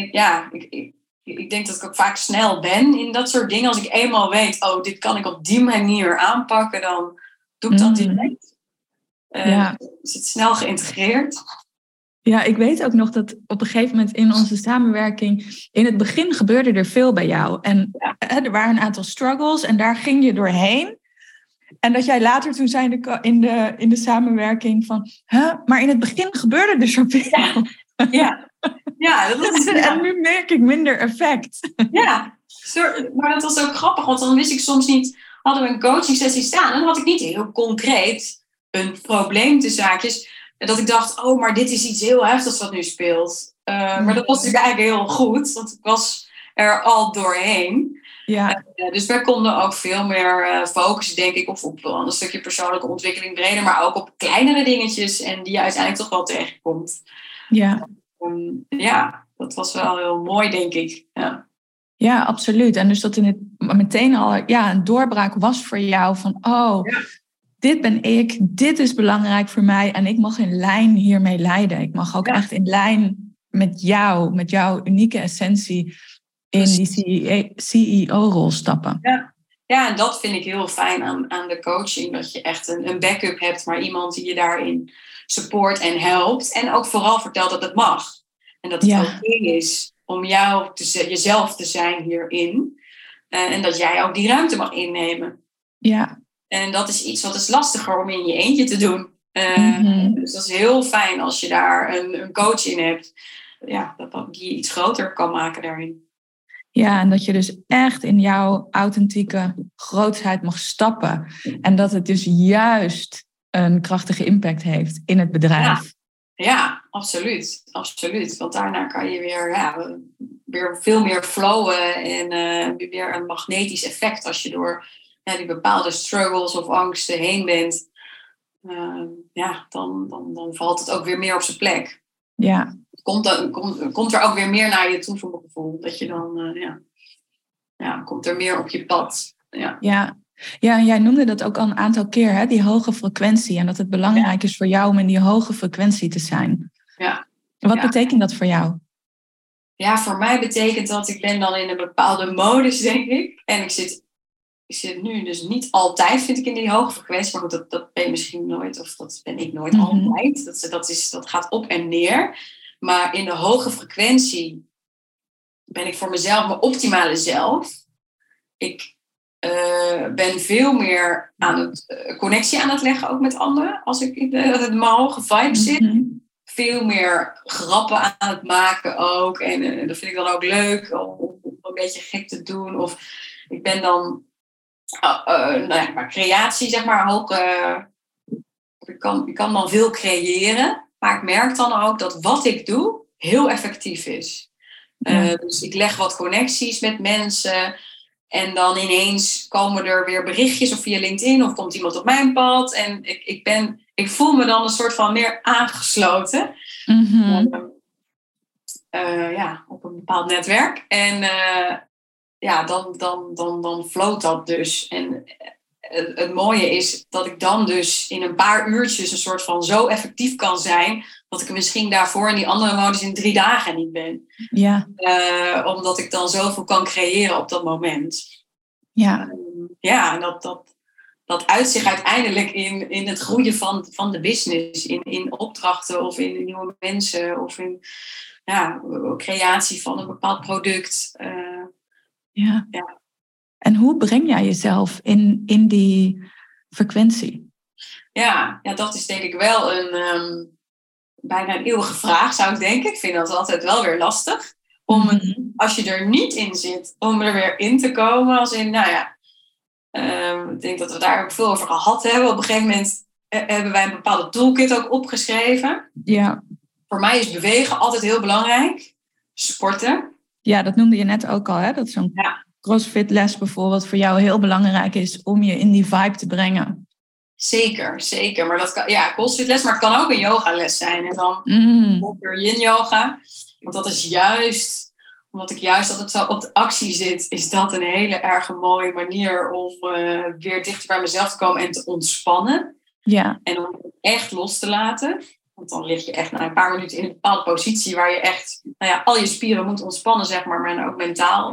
ik denk dat ik ook vaak snel ben in dat soort dingen. Als ik eenmaal weet, dit kan ik op die manier aanpakken, dan doe ik dat direct. Is het snel geïntegreerd. Ja, ik weet ook nog dat op een gegeven moment in onze samenwerking, in het begin gebeurde er veel bij jou. En er waren een aantal struggles en daar ging je doorheen. En dat jij later toen zei in de samenwerking van, maar in het begin gebeurde er zoveel. Ja, dat is, en nu merk ik minder effect. Ja, maar dat was ook grappig, want dan wist ik soms niet, hadden we een coaching sessie staan en dan had ik niet heel concreet een probleem te zaakjes. Dat ik dacht, maar dit is iets heel heftigs wat nu speelt. Maar dat was natuurlijk eigenlijk heel goed, want ik was er al doorheen. Ja. Dus wij konden ook veel meer focussen, denk ik, of op een stukje persoonlijke ontwikkeling breder, maar ook op kleinere dingetjes en die je uiteindelijk toch wel tegenkomt. Ja. Dat was wel heel mooi, denk ik. Ja, absoluut. En dus dat meteen al een doorbraak was voor jou van, dit ben ik, dit is belangrijk voor mij en ik mag in lijn hiermee leiden. Ik mag ook echt in lijn met jouw unieke essentie in die CEO-rol stappen. Ja, en dat vind ik heel fijn aan de coaching. Dat je echt een backup hebt, maar iemand die je daarin support en helpt. En ook vooral vertelt dat het mag. En dat het oké is om jezelf te zijn hierin. En dat jij ook die ruimte mag innemen. Ja. En dat is iets wat is lastiger om in je eentje te doen. Dus dat is heel fijn als je daar een coach in hebt. Dat die je iets groter kan maken daarin. Ja, en dat je dus echt in jouw authentieke grootheid mag stappen. En dat het dus juist een krachtige impact heeft in het bedrijf. Ja, absoluut. Absoluut. Want daarna kan je weer veel meer flowen en weer een magnetisch effect als je door die bepaalde struggles of angsten heen bent. dan valt het ook weer meer op zijn plek. Ja. Komt er ook weer meer naar je toe, voor mijn gevoel. Dat je dan, komt er meer op je pad. Ja, jij noemde dat ook al een aantal keer, hè? Die hoge frequentie. En dat het belangrijk is voor jou om in die hoge frequentie te zijn. Ja. Wat betekent dat voor jou? Ja, voor mij betekent dat ik ben dan in een bepaalde modus, denk ik. En ik zit nu dus niet altijd, vind ik, in die hoge frequentie. Maar goed, dat ben je misschien nooit, of dat ben ik nooit altijd. Dat gaat op en neer. Maar in de hoge frequentie ben ik voor mezelf mijn optimale zelf. Ik ben veel meer connectie aan het leggen, ook met anderen. Als ik in mijn hoge vibe zit. Veel meer grappen aan het maken ook. En dat vind ik dan ook leuk om een beetje gek te doen. Of ik ben dan maar creatie, zeg maar, hoog. Ik kan dan veel creëren. Maar ik merk dan ook dat wat ik doe heel effectief is. Dus ik leg wat connecties met mensen. En dan ineens komen er weer berichtjes of via LinkedIn of komt iemand op mijn pad. En ik voel me dan een soort van meer aangesloten. Op een bepaald netwerk. En dan floot dat dus. En het mooie is dat ik dan dus in een paar uurtjes een soort van zo effectief kan zijn, dat ik misschien daarvoor in die andere modus in 3 dagen niet ben. Ja. Omdat ik dan zoveel kan creëren op dat moment. Ja. En dat uit zich uiteindelijk in het groeien van de business. In opdrachten of in nieuwe mensen. Of in creatie van een bepaald product. Ja. En hoe breng jij jezelf in die frequentie? Ja, dat is denk ik wel bijna een eeuwige vraag, zou ik denken. Ik vind dat altijd wel weer lastig. Als je er niet in zit, om er weer in te komen. Als in, ik denk dat we daar ook veel over gehad hebben. Op een gegeven moment hebben wij een bepaalde toolkit ook opgeschreven. Ja. Voor mij is bewegen altijd heel belangrijk. Sporten. Ja, dat noemde je net ook al, hè? Dat zo'n CrossFit les bijvoorbeeld voor jou heel belangrijk is om je in die vibe te brengen. Zeker. Maar dat kan, CrossFit les, maar het kan ook een yogales zijn. En dan yin yoga. Want dat is juist, omdat ik juist altijd zo op de actie zit, is dat een hele erg mooie manier om weer dichter bij mezelf te komen en te ontspannen. Ja. En om het echt los te laten. Want dan lig je echt na een paar minuten in een bepaalde positie waar je echt al je spieren moet ontspannen, zeg maar ook mentaal.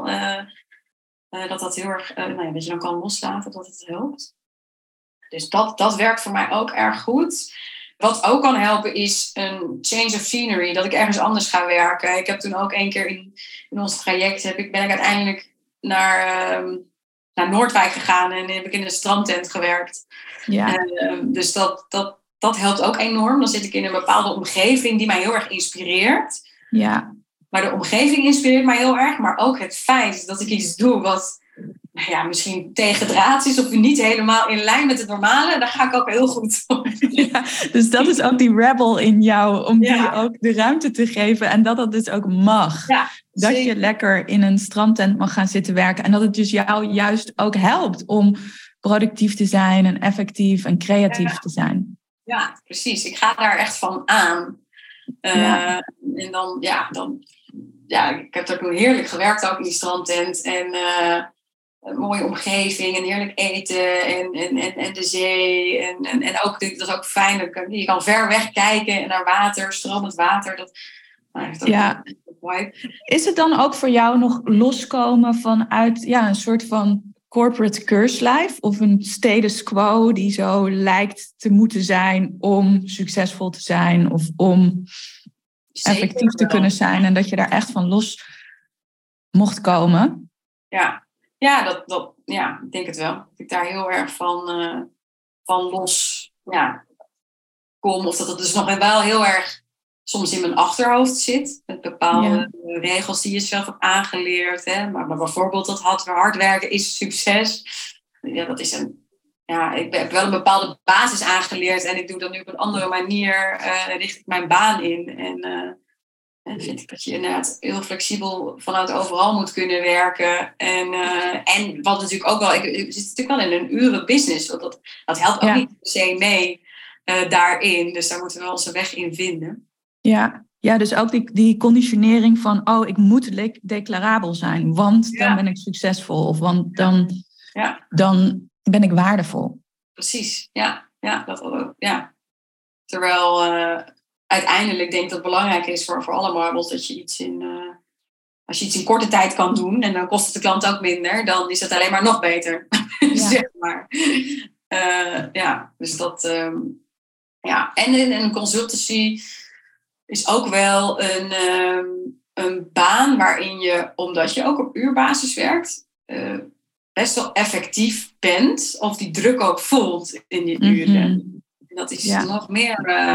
Dat heel erg, dat je dan kan loslaten, dat het helpt. Dus dat werkt voor mij ook erg goed. Wat ook kan helpen is een change of scenery. Dat ik ergens anders ga werken. Ik heb toen ook 1 keer in ons traject ben ik uiteindelijk naar Noordwijk gegaan. En heb ik in een strandtent gewerkt. Ja. Dus dat helpt ook enorm. Dan zit ik in een bepaalde omgeving die mij heel erg inspireert. Ja. Maar de omgeving inspireert mij heel erg. Maar ook het feit dat ik iets doe wat misschien tegendraads is of niet helemaal in lijn met het normale, daar ga ik ook heel goed op. Ja, dus dat is ook die rebel in jou, om die ook de ruimte te geven en dat dus ook mag. Ja, dat zeker. Je lekker in een strandtent mag gaan zitten werken en dat het dus jou juist ook helpt om productief te zijn en effectief en creatief te zijn. Ja, precies. Ik ga daar echt van aan. En ik heb daar toen heerlijk gewerkt ook in die strandtent en een mooie omgeving en heerlijk eten en de zee. En ook, dat is ook fijn. Je kan ver weg kijken naar water, stromend water. Is het dan ook voor jou nog loskomen vanuit een soort van corporate curse life? Of een status quo die zo lijkt te moeten zijn om succesvol te zijn of om effectief te kunnen zijn en dat je daar echt van los mocht komen? Ik denk het wel. Dat ik daar heel erg van los kom. Of dat het dus nog wel heel erg soms in mijn achterhoofd zit. Met bepaalde regels die je zelf hebt aangeleerd. Hè? Maar bijvoorbeeld dat hard werken is succes. Ja, dat is ik heb wel een bepaalde basis aangeleerd. En ik doe dat nu op een andere manier. Richt ik mijn baan in. En vind ik dat je inderdaad heel flexibel vanuit overal moet kunnen werken. En wat natuurlijk ook wel... Ik zit natuurlijk wel in een urenbusiness. Want dat helpt ook niet per se mee. daarin. Dus daar moeten we onze weg in vinden. Ja, dus ook die conditionering van... ik moet declarabel zijn, want dan ben ik succesvol. Of want dan ben ik waardevol. Precies, ja. Terwijl uiteindelijk denk ik dat het belangrijk is voor alle marbles... dat je iets als je iets in korte tijd kan doen... en dan kost het de klant ook minder... dan is het alleen maar nog beter. Zeg maar. Dus dat... En een consultancy... is ook wel een baan waarin je, omdat je ook op uurbasis werkt, best wel effectief bent. Of die druk ook voelt in die uren. Dat is nog meer,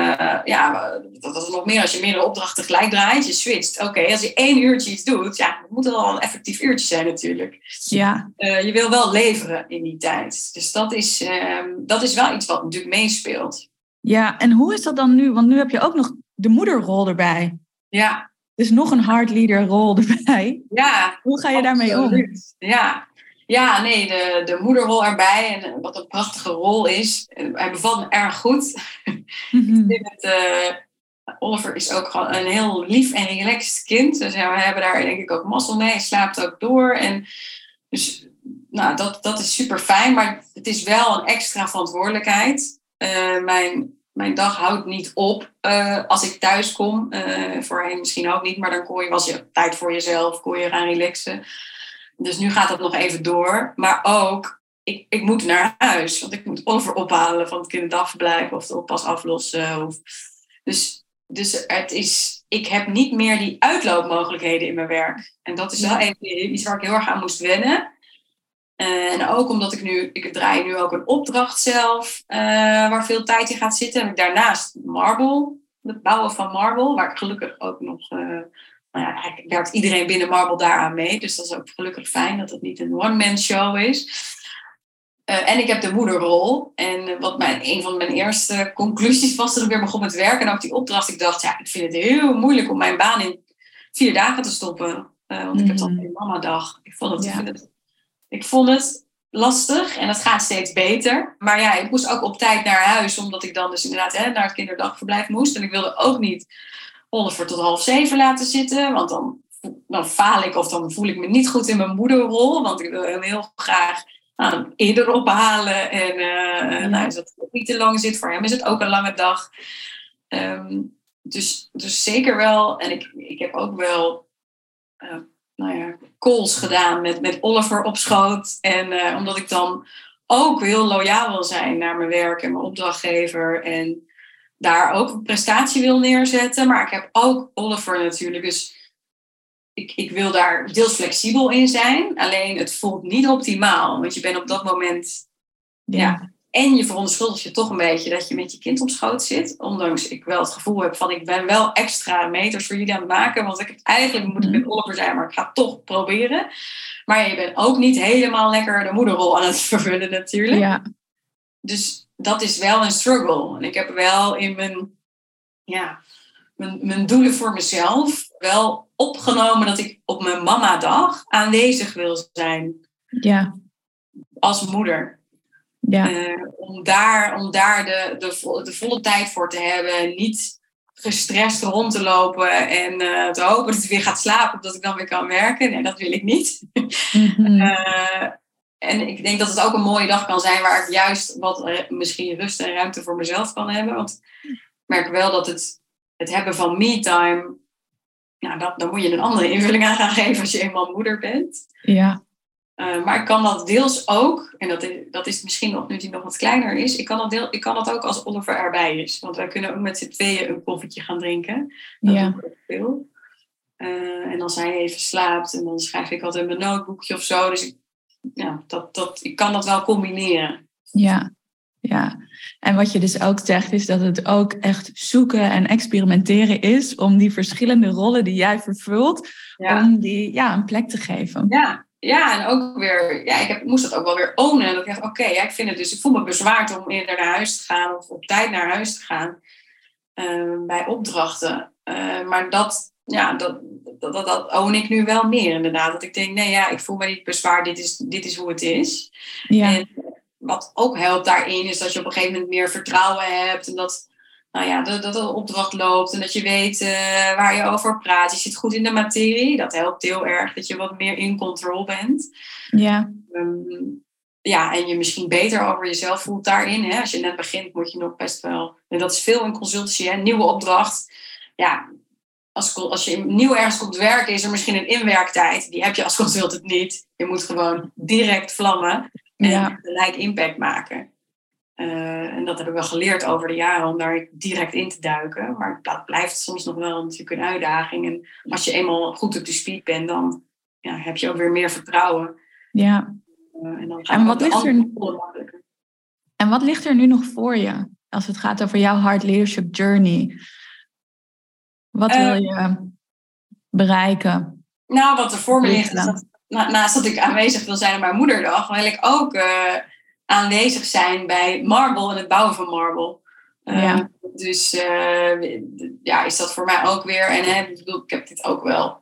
dat is nog meer als je meerdere opdrachten tegelijk draait. Je switcht. Oké, als je 1 uurtje iets doet, het moet wel een effectief uurtje zijn natuurlijk. Ja. Je wil wel leveren in die tijd. Dus dat is wel iets wat natuurlijk meespeelt. Ja, en hoe is dat dan nu? Want nu heb je ook nog de moederrol erbij. Ja. Dus nog een heart leader rol erbij. Ja. Hoe ga je daarmee om? Ja, nee, de moederrol erbij. En wat een prachtige rol is. Hij bevalt me erg goed. Ik vind het, Oliver is ook gewoon een heel lief en relaxed kind. Dus we hebben daar denk ik ook mazzel mee. Hij slaapt ook door. En dus dat is super fijn. Maar het is wel een extra verantwoordelijkheid. Mijn dag houdt niet op als ik thuis kom. Voorheen misschien ook niet, maar dan was je tijd voor jezelf, kon je gaan relaxen. Dus nu gaat dat nog even door. Maar ook, ik moet naar huis, want ik moet Oliver ophalen van het kinderdagverblijf of de oppas aflossen. Dus ik heb niet meer die uitloopmogelijkheden in mijn werk. En dat is wel even iets waar ik heel erg aan moest wennen. En ook omdat ik draai nu ook een opdracht zelf, waar veel tijd in gaat zitten. En daarnaast Marble, het bouwen van Marble, waar ik gelukkig ook nog, eigenlijk werkt iedereen binnen Marble daaraan mee. Dus dat is ook gelukkig fijn dat het niet een one-man show is. En ik heb de moederrol. En een van mijn eerste conclusies was dat ik weer begon met werken. En ook die opdracht, ik dacht, ik vind het heel moeilijk om mijn baan in 4 dagen te stoppen. Want ik heb dan een mamadag. Ik vond het lastig en het gaat steeds beter. Maar ik moest ook op tijd naar huis, omdat ik dan dus inderdaad naar het kinderdagverblijf moest. En ik wilde ook niet Oliver tot 6:30 laten zitten, want dan faal ik of dan voel ik me niet goed in mijn moederrol. Want ik wil hem heel graag eerder ophalen. En als het niet te lang zit, voor hem is het ook een lange dag. Dus zeker wel. En ik heb ook wel... calls gedaan met Oliver op schoot. En omdat ik dan ook heel loyaal wil zijn naar mijn werk en mijn opdrachtgever. En daar ook een prestatie wil neerzetten. Maar ik heb ook Oliver natuurlijk. Dus ik wil daar deels flexibel in zijn. Alleen het voelt niet optimaal. Want je bent op dat moment... En je verontschuldigt je toch een beetje dat je met je kind op schoot zit. Ondanks ik wel het gevoel heb van ik ben wel extra meters voor jullie aan het maken. Want eigenlijk moet ik met Oliver zijn, maar ik ga het toch proberen. Maar je bent ook niet helemaal lekker de moederrol aan het vervullen natuurlijk. Ja. Dus dat is wel een struggle. En ik heb wel in mijn doelen voor mezelf wel opgenomen dat ik op mijn mamadag aanwezig wil zijn. Ja. Als moeder. Ja. Om daar de volle tijd voor te hebben. Niet gestrest rond te lopen en te hopen dat het weer gaat slapen, omdat ik dan weer kan werken. Nee, dat wil ik niet. En ik denk dat het ook een mooie dag kan zijn waar ik juist wat misschien rust en ruimte voor mezelf kan hebben. Want ik merk wel dat het hebben van me-time, dan moet je een andere invulling aan gaan geven als je eenmaal moeder bent. Ja. Maar ik kan dat deels ook, en dat is misschien nog nu die nog wat kleiner is, ik kan dat ook als Oliver erbij is. Want wij kunnen ook met z'n tweeën een koffietje gaan drinken. Dat doe ik ook veel. En als hij even slaapt, en dan schrijf ik altijd mijn notebookje of zo. Dus ik kan dat wel combineren. Ja. En wat je dus ook zegt, is dat het ook echt zoeken en experimenteren is om die verschillende rollen die jij vervult, om die een plek te geven. Ja, en ook weer, ik moest dat ook wel weer ownen. En ik dacht, ik voel me bezwaard om eerder naar huis te gaan of op tijd naar huis te gaan bij opdrachten. Maar dat own ik nu wel meer inderdaad. Dat ik denk, ik voel me niet bezwaard, dit is hoe het is. Ja. En wat ook helpt daarin is dat je op een gegeven moment meer vertrouwen hebt. En dat de opdracht loopt en dat je weet waar je over praat. Je zit goed in de materie. Dat helpt heel erg, dat je wat meer in control bent. Ja. En je misschien beter over jezelf voelt daarin. Hè? Als je net begint moet je nog best wel... En dat is veel in consultancy, hè? Nieuwe opdracht. Ja, als je nieuw ergens komt werken is er misschien een inwerktijd. Die heb je als consultant niet. Je moet gewoon direct vlammen en gelijk impact maken. En dat heb ik wel geleerd over de jaren om daar direct in te duiken. Maar dat blijft soms nog wel natuurlijk een uitdaging. En als je eenmaal goed op de speed bent, dan heb je ook weer meer vertrouwen. Ja. En dan gaat het makkelijker. En wat ligt er nu nog voor je als het gaat over jouw Heart Leadership Journey? Wat wil je bereiken? Nou, wat er voor me ligt is dat naast dat ik aanwezig wil zijn op mijn moederdag, wil ik ook aanwezig zijn bij Marble en het bouwen van Marble. Dus is dat voor mij ook weer. En ik heb dit ook wel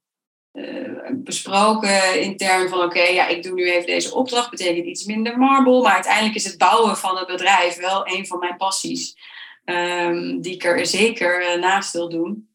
besproken intern van ik doe nu even deze opdracht, betekent iets minder Marble, maar uiteindelijk is het bouwen van het bedrijf wel een van mijn passies die ik er zeker naast wil doen.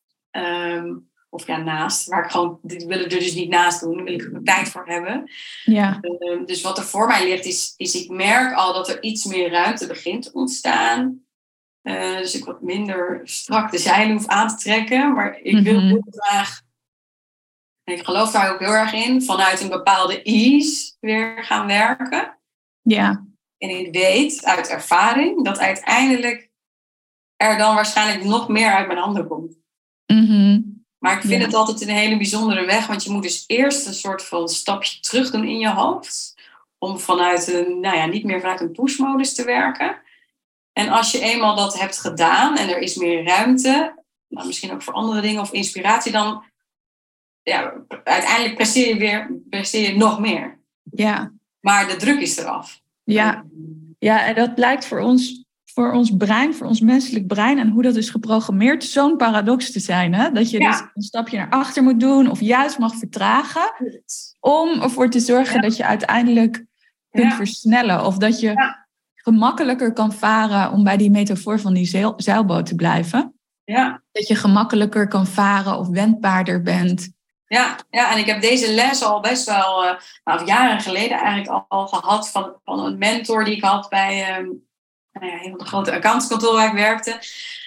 Naast, waar ik gewoon, die willen er dus niet naast doen, daar wil ik er tijd voor hebben. Ja. Dus wat er voor mij ligt is ik merk al dat er iets meer ruimte begint te ontstaan. Dus ik wat minder strak de zeilen hoef aan te trekken, maar ik wil heel graag, en ik geloof daar ook heel erg in, vanuit een bepaalde ease weer gaan werken. Ja. En ik weet uit ervaring dat uiteindelijk er dan waarschijnlijk nog meer uit mijn handen komt. Maar ik vind het altijd een hele bijzondere weg, want je moet dus eerst een soort van stapje terug doen in je hoofd, om vanuit niet meer vanuit een push-modus te werken. En als je eenmaal dat hebt gedaan en er is meer ruimte, misschien ook voor andere dingen of inspiratie, dan uiteindelijk presteer je nog meer. Ja. Maar de druk is eraf. Ja, en dat blijkt voor ons brein, voor ons menselijk brein en hoe dat is geprogrammeerd, zo'n paradox te zijn. Hè? Dat je dus een stapje naar achter moet doen of juist mag vertragen om ervoor te zorgen dat je uiteindelijk kunt versnellen. Of dat je gemakkelijker kan varen, om bij die metafoor van die zeilboot te blijven. Ja. Dat je gemakkelijker kan varen of wendbaarder bent. Ja, en ik heb deze les al best wel jaren geleden eigenlijk al gehad van een mentor die ik had bij een van de grote accountantskantoren waar ik werkte.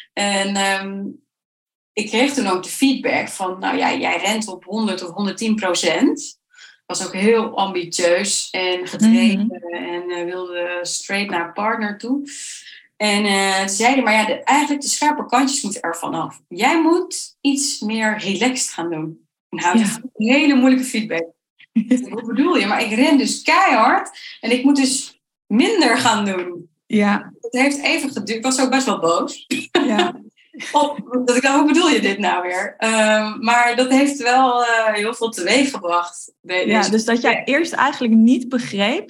En ik kreeg toen ook de feedback van, jij rent op 100 of 110%. Was ook heel ambitieus en gedreven en wilde straight naar partner toe. En ze zeiden, maar eigenlijk de scherpe kantjes moeten er vanaf. Jij moet iets meer relaxed gaan doen. Nou, dat is een hele moeilijke feedback. Wat bedoel je? Maar ik ren dus keihard en ik moet dus minder gaan doen. Ja. Het heeft even geduurd. Ik was ook best wel boos. Ja. Dat ik dacht, hoe bedoel je dit nou weer? Maar dat heeft wel heel veel teweeg gebracht. Dus dat jij eerst eigenlijk niet begreep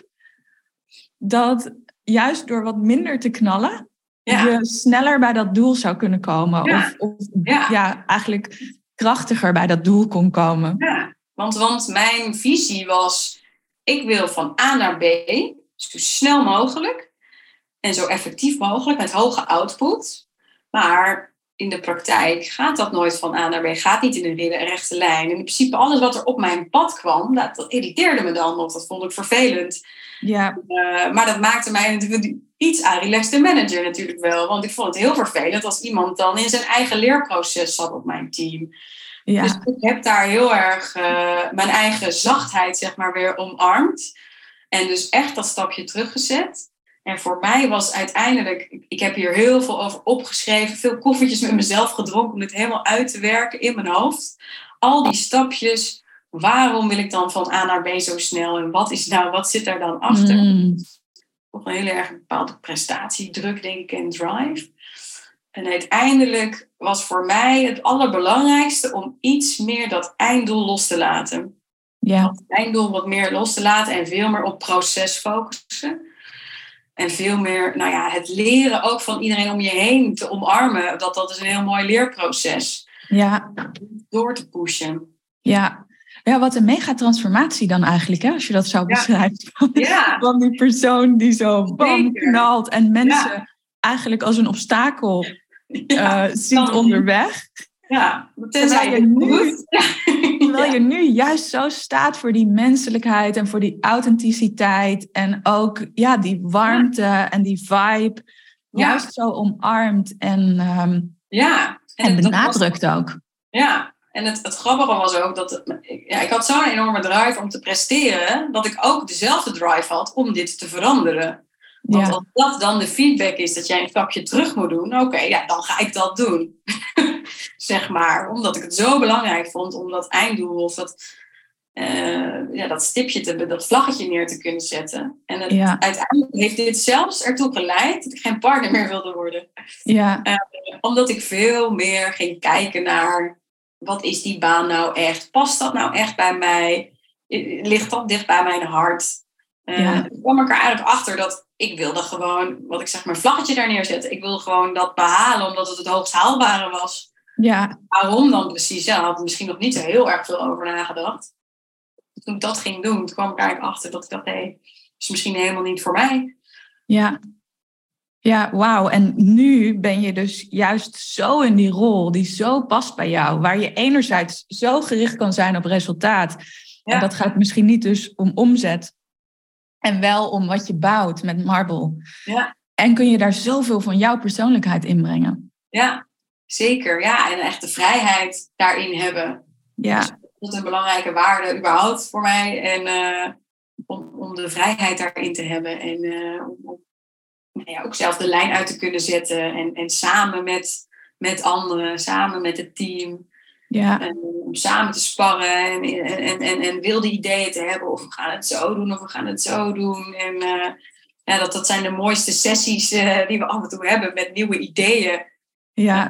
dat juist door wat minder te knallen, je sneller bij dat doel zou kunnen komen. Of eigenlijk krachtiger bij dat doel kon komen. Ja, want mijn visie was, ik wil van A naar B, zo snel mogelijk en zo effectief mogelijk met hoge output. Maar in de praktijk gaat dat nooit van A naar B, gaat niet in een rechte lijn. En in principe alles wat er op mijn pad kwam, dat irriteerde me dan, of dat vond ik vervelend. Ja. Maar dat maakte mij natuurlijk iets relaxed manager natuurlijk wel. Want ik vond het heel vervelend als iemand dan in zijn eigen leerproces zat op mijn team. Ja. Dus ik heb daar heel erg mijn eigen zachtheid zeg maar weer omarmd. En dus echt dat stapje teruggezet. En voor mij was uiteindelijk, ik heb hier heel veel over opgeschreven, veel koffietjes met mezelf gedronken om dit helemaal uit te werken in mijn hoofd. Al die stapjes, waarom wil ik dan van A naar B zo snel en wat zit daar dan achter? Toch een heel erg bepaalde prestatiedruk, denk ik, en drive. En uiteindelijk was voor mij het allerbelangrijkste om iets meer dat einddoel los te laten. Ja. Dat einddoel wat meer los te laten en veel meer op proces focussen. En veel meer, het leren ook van iedereen om je heen te omarmen. Dat is een heel mooi leerproces. Ja. Door te pushen. Ja, Ja, wat een mega transformatie dan eigenlijk, hè, als je dat zo beschrijft. Ja. Van die persoon die zo bam, knalt en mensen eigenlijk als een obstakel ziet onderweg. Ja, terwijl je nu juist zo staat voor die menselijkheid en voor die authenticiteit en ook die warmte en die vibe. Juist zo omarmt en benadrukt ook. Ja, en het grappige was ook dat ik had zo'n enorme drive om te presteren, dat ik ook dezelfde drive had om dit te veranderen. Want als dat dan de feedback is dat jij een stapje terug moet doen, dan ga ik dat doen. Zeg maar, omdat ik het zo belangrijk vond om dat einddoel of dat stipje, dat vlaggetje neer te kunnen zetten. En uiteindelijk heeft dit zelfs ertoe geleid dat ik geen partner meer wilde worden. Ja. Omdat ik veel meer ging kijken naar, wat is die baan nou echt? Past dat nou echt bij mij? Ligt dat dicht bij mijn hart? Ik kwam er eigenlijk achter dat ik wilde gewoon, wat ik zeg maar, vlaggetje daar neerzetten. Ik wilde gewoon dat behalen, omdat het hoogst haalbare was. Ja. Waarom dan precies? Ja, daar had ik misschien nog niet zo heel erg veel over nagedacht. Toen ik dat ging doen, toen kwam ik eigenlijk achter dat ik dacht, dat is misschien helemaal niet voor mij. Ja. Ja, wauw. En nu ben je dus juist zo in die rol die zo past bij jou. Waar je enerzijds zo gericht kan zijn op resultaat. Ja. En dat gaat misschien niet dus om omzet. En wel om wat je bouwt met Marble. Ja. En kun je daar zoveel van jouw persoonlijkheid inbrengen. Ja, zeker. Ja, en echt de vrijheid daarin hebben. Ja. Dus dat is een belangrijke waarde überhaupt voor mij. En om de vrijheid daarin te hebben. En om ook zelf de lijn uit te kunnen zetten. En samen met anderen, samen met het team. Ja. En om samen te sparren en wilde ideeën te hebben. Of we gaan het zo doen, of we gaan het zo doen. En dat zijn de mooiste sessies die we af en toe hebben met nieuwe ideeën. Ja.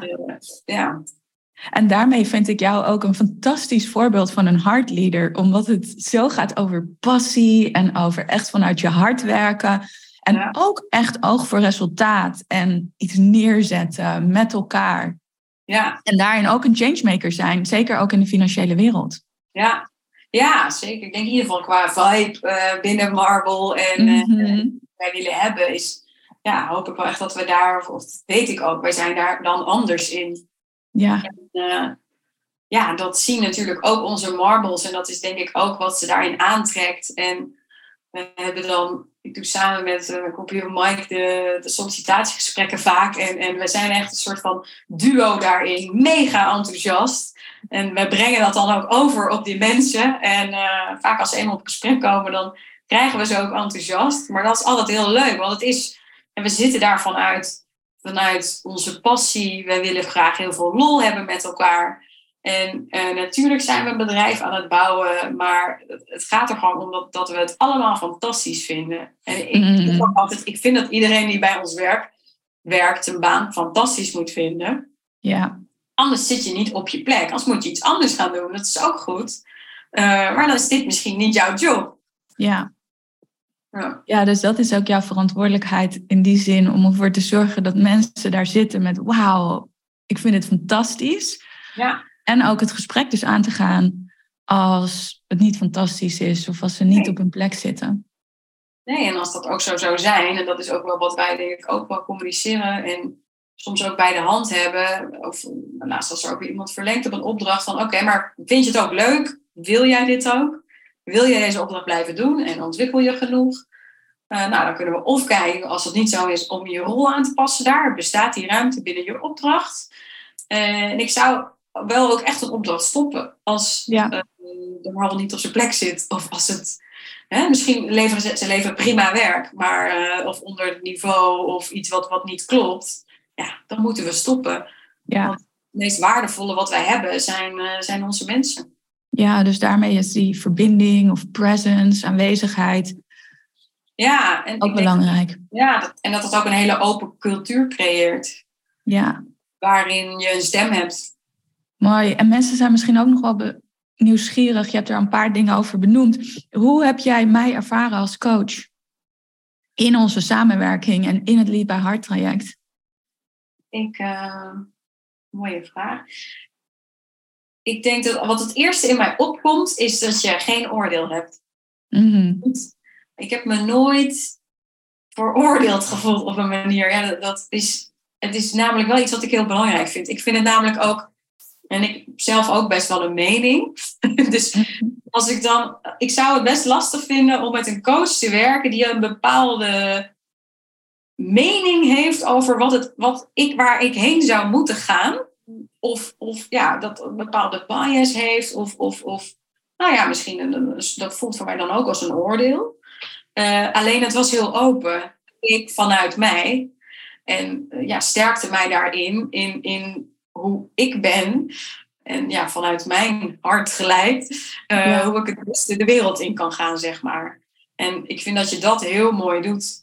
En daarmee vind ik jou ook een fantastisch voorbeeld van een heartleader. Omdat het zo gaat over passie en over echt vanuit je hart werken. En ook echt oog voor resultaat en iets neerzetten met elkaar. Ja. En daarin ook een changemaker zijn, zeker ook in de financiële wereld. Ja, zeker. Ik denk in ieder geval qua vibe binnen Marble en wij willen hebben is, hoop ik wel echt dat we daar, of weet ik ook, wij zijn daar dan anders in. Ja. En, dat zien natuurlijk ook onze Marbles en dat is denk ik ook wat ze daarin aantrekt. En we hebben dan, ik doe samen met Computer Mike de sollicitatiegesprekken vaak. En we zijn echt een soort van duo daarin. Mega enthousiast. En we brengen dat dan ook over op die mensen. En vaak als ze eenmaal op gesprek komen, dan krijgen we ze ook enthousiast. Maar dat is altijd heel leuk. Want het is, en we zitten daar vanuit onze passie. We willen graag heel veel lol hebben met elkaar. En natuurlijk zijn we een bedrijf aan het bouwen, maar het gaat er gewoon om dat we het allemaal fantastisch vinden. En ik vind dat iedereen die bij ons werkt een baan fantastisch moet vinden. Ja. Anders zit je niet op je plek, anders moet je iets anders gaan doen. Dat is ook goed. Maar dan is dit misschien niet jouw job. Ja. Ja, dus dat is ook jouw verantwoordelijkheid in die zin om ervoor te zorgen dat mensen daar zitten met wauw, ik vind het fantastisch. Ja. En ook het gesprek dus aan te gaan als het niet fantastisch is of als ze niet op hun plek zitten. Nee, en als dat ook zo zou zijn, en dat is ook wel wat wij denk ik ook wel communiceren en soms ook bij de hand hebben. Of laatst was er ook weer iemand verlengd op een opdracht van oké, maar vind je het ook leuk? Wil jij dit ook? Wil jij deze opdracht blijven doen en ontwikkel je genoeg? Dan kunnen we of kijken, als het niet zo is, om je rol aan te passen daar. Bestaat die ruimte binnen je opdracht? En ik zou wel ook echt een opdracht stoppen als de Marble niet op zijn plek zit. Of als het... misschien leveren ze prima werk, maar of onder het niveau of iets wat niet klopt. Ja, dan moeten we stoppen. Ja. Want het meest waardevolle wat wij hebben zijn onze mensen. Ja, dus daarmee is die verbinding of presence, aanwezigheid en ook belangrijk. En dat het ook een hele open cultuur creëert. Ja. Waarin je een stem hebt. Mooi. En mensen zijn misschien ook nog wel nieuwsgierig. Je hebt er een paar dingen over benoemd. Hoe heb jij mij ervaren als coach? In onze samenwerking en in het Lead by Heart traject? Mooie vraag. ik denk dat wat het eerste in mij opkomt, is dat je geen oordeel hebt. Mm-hmm. Ik heb me nooit veroordeeld gevoeld op een manier. Ja, het is namelijk wel iets wat ik heel belangrijk vind. Ik vind het namelijk ook, en ik heb zelf ook best wel een mening. Dus als ik zou het best lastig vinden om met een coach te werken die een bepaalde mening heeft over waar ik heen zou moeten gaan. Of dat een bepaalde bias heeft. Of nou ja, misschien dat voelt voor mij dan ook als een oordeel. Alleen het was heel open. Ik vanuit mij. En sterkte mij daarin. In hoe ik ben. En ja, vanuit mijn hart geleid. Hoe ik het beste de wereld in kan gaan, zeg maar. En ik vind dat je dat heel mooi doet.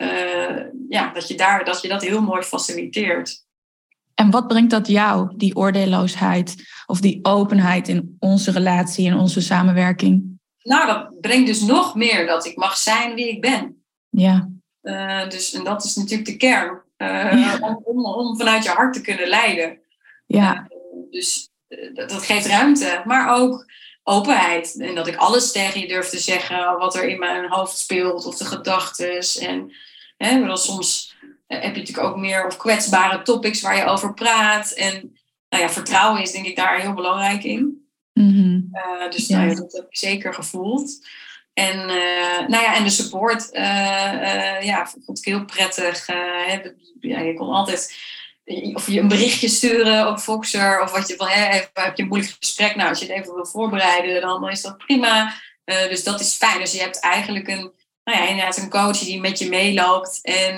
Dat je dat heel mooi faciliteert. En wat brengt dat jou, die oordeelloosheid of die openheid in onze relatie, in onze samenwerking? Nou, dat brengt dus nog meer dat ik mag zijn wie ik ben. Ja. En dat is natuurlijk de kern. Om vanuit je hart te kunnen leiden. Ja. Dus dat geeft ruimte, maar ook openheid. En dat ik alles tegen je durf te zeggen wat er in mijn hoofd speelt of de gedachtes. En soms heb je natuurlijk ook meer of kwetsbare topics waar je over praat. En vertrouwen is denk ik daar heel belangrijk in. Mm-hmm. Dat heb ik zeker gevoeld. En de support vond ik heel prettig. Je kon altijd of je een berichtje sturen op Voxer of wat je heb je een moeilijk gesprek. Nou, als je het even wil voorbereiden, dan is dat prima. Dus dat is fijn. Dus je hebt eigenlijk inderdaad een coach die met je meeloopt en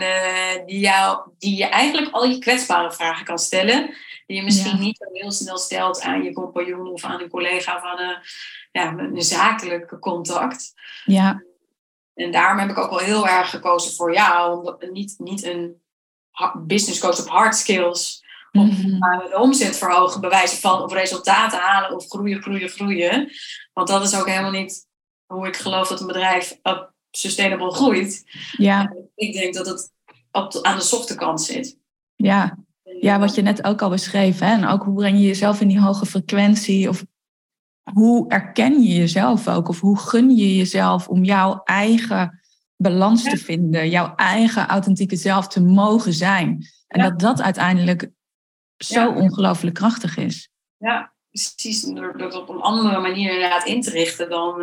die je eigenlijk al je kwetsbare vragen kan stellen. Die je misschien niet zo heel snel stelt aan je compagnon of aan een collega van een zakelijke contact. Ja. En daarom heb ik ook wel heel erg gekozen voor jou. Omdat niet een business coach op hard skills. Om de omzet verhogen, bewijzen van of resultaten halen of groeien. Want dat is ook helemaal niet hoe ik geloof dat een bedrijf sustainable groeit. Ja. Ik denk dat het aan de softe kant zit. Ja. Ja, wat je net ook al beschreef. Hè? En ook hoe breng je jezelf in die hoge frequentie? Of hoe erken je jezelf ook? Of hoe gun je jezelf om jouw eigen balans te vinden? Jouw eigen authentieke zelf te mogen zijn. En dat uiteindelijk zo ongelooflijk krachtig is. Ja, precies. Door dat op een andere manier inderdaad in te richten dan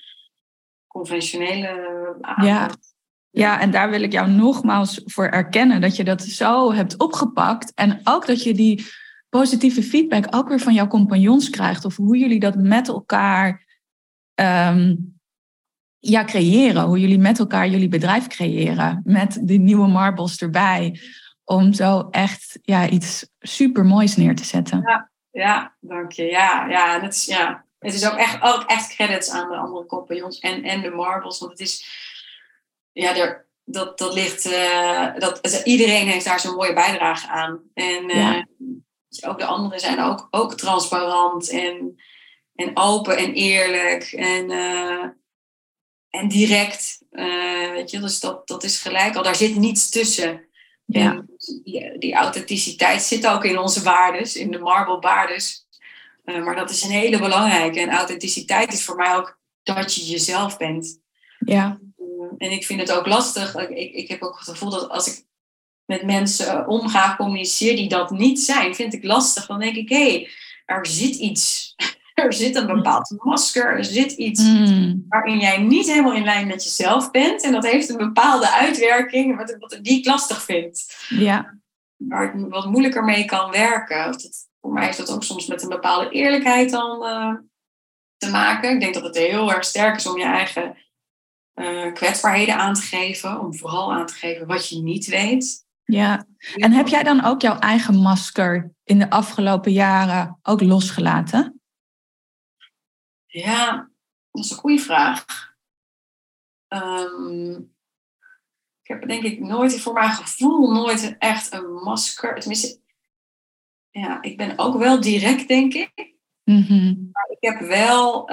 conventionele aanpak. Ja, en daar wil ik jou nogmaals voor erkennen dat je dat zo hebt opgepakt. En ook dat je die positieve feedback ook weer van jouw compagnons krijgt. Of hoe jullie dat met elkaar creëren. Hoe jullie met elkaar jullie bedrijf creëren. Met die nieuwe marbles erbij. Om zo echt iets super moois neer te zetten. Ja, dank je. Het is ook echt credits aan de andere compagnons en de marbles. Want het is... dat ligt... iedereen heeft daar zo'n mooie bijdrage aan. En ook de anderen zijn ook transparant en open en eerlijk en direct. Weet je, dus dat is gelijk al. Daar zit niets tussen. Ja. En die authenticiteit zit ook in onze waardes, in de marble waardes. Maar dat is een hele belangrijke. En authenticiteit is voor mij ook dat je jezelf bent. Ja. En ik vind het ook lastig. Ik heb ook het gevoel dat als ik met mensen omga, communiceer die dat niet zijn, vind ik lastig. Dan denk ik, er zit iets. Er zit een bepaald masker. Er zit iets waarin jij niet helemaal in lijn met jezelf bent. En dat heeft een bepaalde uitwerking die ik lastig vind. Ja. Waar ik wat moeilijker mee kan werken. Voor mij heeft dat ook soms met een bepaalde eerlijkheid dan te maken. Ik denk dat het heel erg sterk is om je eigen kwetsbaarheden aan te geven. Om vooral aan te geven wat je niet weet. Ja, en heb jij dan ook jouw eigen masker in de afgelopen jaren ook losgelaten? Ja, dat is een goede vraag. Ik heb denk ik nooit, voor mijn gevoel, nooit echt een masker. Tenminste, ik ben ook wel direct, denk ik. Mm-hmm. Maar ik heb wel...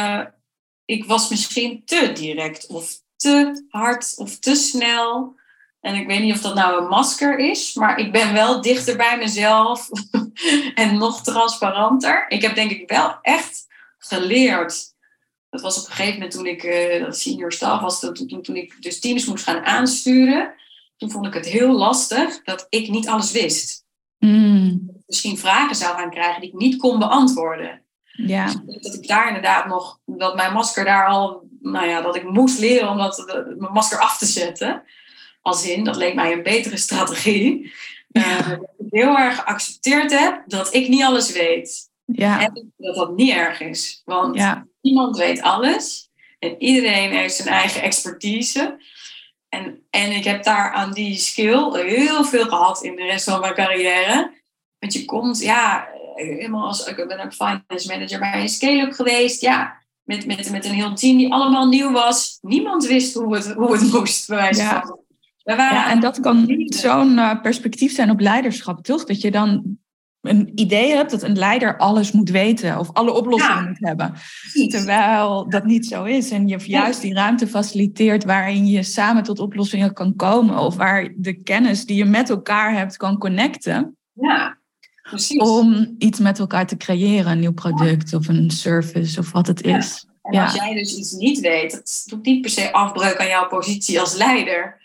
ik was misschien te direct of te hard of te snel. En ik weet niet of dat nou een masker is, maar ik ben wel dichter bij mezelf en nog transparanter. Ik heb denk ik wel echt geleerd. Dat was op een gegeven moment toen ik senior staf was, toen ik dus teams moest gaan aansturen. Toen vond ik het heel lastig dat ik niet alles wist. Misschien vragen zou gaan krijgen die ik niet kon beantwoorden. Ja. Dus dat ik daar inderdaad nog, dat mijn masker daar al, dat ik moest leren om mijn masker af te zetten. Als in, dat leek mij een betere strategie. Dat ik heel erg geaccepteerd heb dat ik niet alles weet. Ja. En dat dat niet erg is. Want niemand weet alles. En iedereen heeft zijn eigen expertise. En ik heb daar aan die skill heel veel gehad in de rest van mijn carrière. Want je komt, helemaal ik ben ook finance manager bij een scale-up geweest. Ja, met een heel team die allemaal nieuw was. Niemand wist hoe het moest, bij wijze van. En dat kan zo'n perspectief zijn op leiderschap, toch? Dat je dan een idee hebt dat een leider alles moet weten of alle oplossingen moet hebben. Terwijl dat niet zo is. En je juist die ruimte faciliteert waarin je samen tot oplossingen kan komen. Of waar de kennis die je met elkaar hebt kan connecten. Ja, precies. Om iets met elkaar te creëren. Een nieuw product of een service of wat het is. En als jij dus iets niet weet, dat doet niet per se afbreuk aan jouw positie als leider.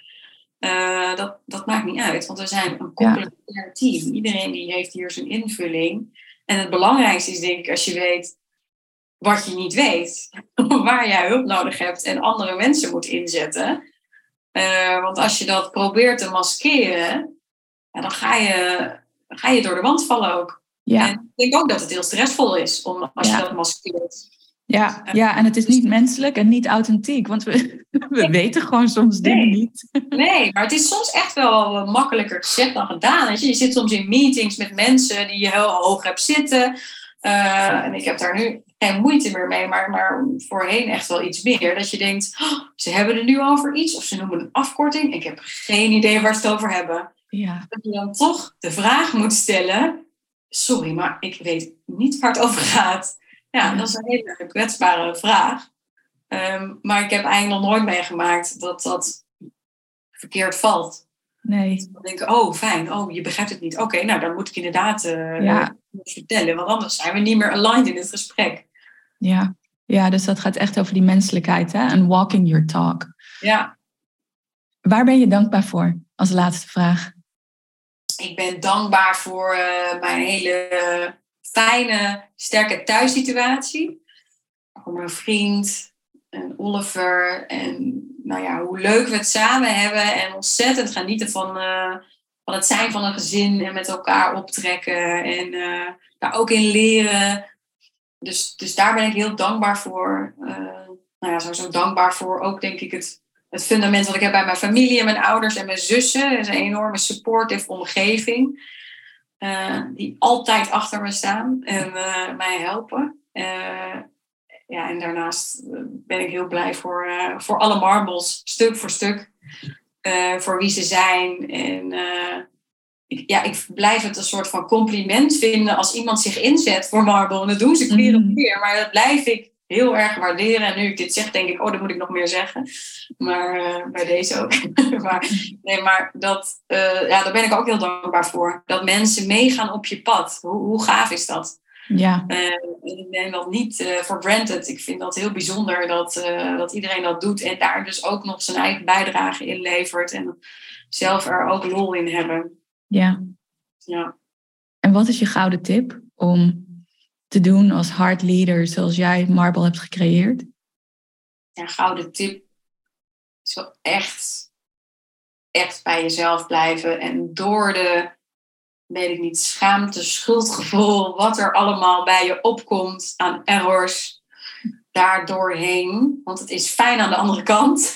Dat maakt niet uit, want we zijn een complementair team. Iedereen die heeft hier zijn invulling. En het belangrijkste is denk ik als je weet wat je niet weet. Waar jij hulp nodig hebt en andere mensen moet inzetten. Want als je dat probeert te maskeren, dan ga je door de wand vallen ook. Ja. En ik denk ook dat het heel stressvol is als je dat maskeert. Ja, en het is niet menselijk en niet authentiek. Want we weten gewoon soms dingen niet. Nee, maar het is soms echt wel makkelijker gezegd dan gedaan. Je zit soms in meetings met mensen die je heel hoog hebt zitten. En ik heb daar nu geen moeite meer mee. Maar voorheen echt wel iets meer. Dat je denkt, ze hebben het nu over iets. Of ze noemen een afkorting. Ik heb geen idee waar ze het over hebben. Ja. Dat je dan toch de vraag moet stellen. Sorry, maar ik weet niet waar het over gaat. Ja, dat is een hele kwetsbare vraag. Maar ik heb eigenlijk nog nooit meegemaakt dat verkeerd valt. Nee. Dan denk ik, fijn, je begrijpt het niet. Oké, nou dan moet ik inderdaad vertellen. Want anders zijn we niet meer aligned in het gesprek. Ja, dus dat gaat echt over die menselijkheid. Hè? En walking your talk. Ja. Waar ben je dankbaar voor, als laatste vraag? Ik ben dankbaar voor mijn hele fijne, sterke thuissituatie. Voor mijn vriend en Oliver. En hoe leuk we het samen hebben. En ontzettend genieten van het zijn van een gezin. En met elkaar optrekken. En daar ook in leren. Dus daar ben ik heel dankbaar voor. Sowieso dankbaar voor ook denk ik het fundament wat ik heb bij mijn familie en mijn ouders en mijn zussen. Dat is een enorme supportive omgeving. Die altijd achter me staan en mij helpen. En daarnaast ben ik heel blij voor alle marbles, stuk voor stuk. Voor wie ze zijn. En ik blijf het een soort van compliment vinden als iemand zich inzet voor Marble. En dat doen ze keer op keer. Maar dat blijf ik heel erg waarderen. En nu ik dit zeg, denk ik, dat moet ik nog meer zeggen. Maar bij deze ook. maar daar ben ik ook heel dankbaar voor. Dat mensen meegaan op je pad. Hoe gaaf is dat? Ja. Ik neem dat niet for granted. Ik vind dat heel bijzonder dat iedereen dat doet. En daar dus ook nog zijn eigen bijdrage in levert. En zelf er ook lol in hebben. Ja. En wat is je gouden tip om te doen als hard leader zoals jij Marble hebt gecreëerd? Ja, gouden tip is wel echt bij jezelf blijven. En door de, weet ik niet, schaamte, schuldgevoel, wat er allemaal bij je opkomt aan errors, daar doorheen. Want het is fijn aan de andere kant.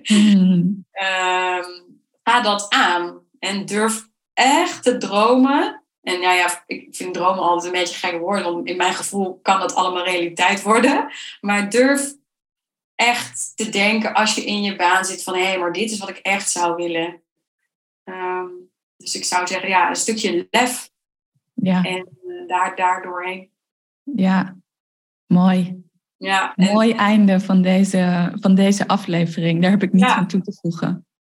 Ga dat aan. En durf echt te dromen. En ik vind dromen altijd een beetje gek woord. Want in mijn gevoel kan dat allemaal realiteit worden. Maar durf echt te denken als je in je baan zit van hé, maar dit is wat ik echt zou willen. Dus ik zou zeggen, een stukje lef. Ja. En daar doorheen. Ja, mooi. Ja, mooi einde van deze aflevering. Daar heb ik niets aan toe te voegen.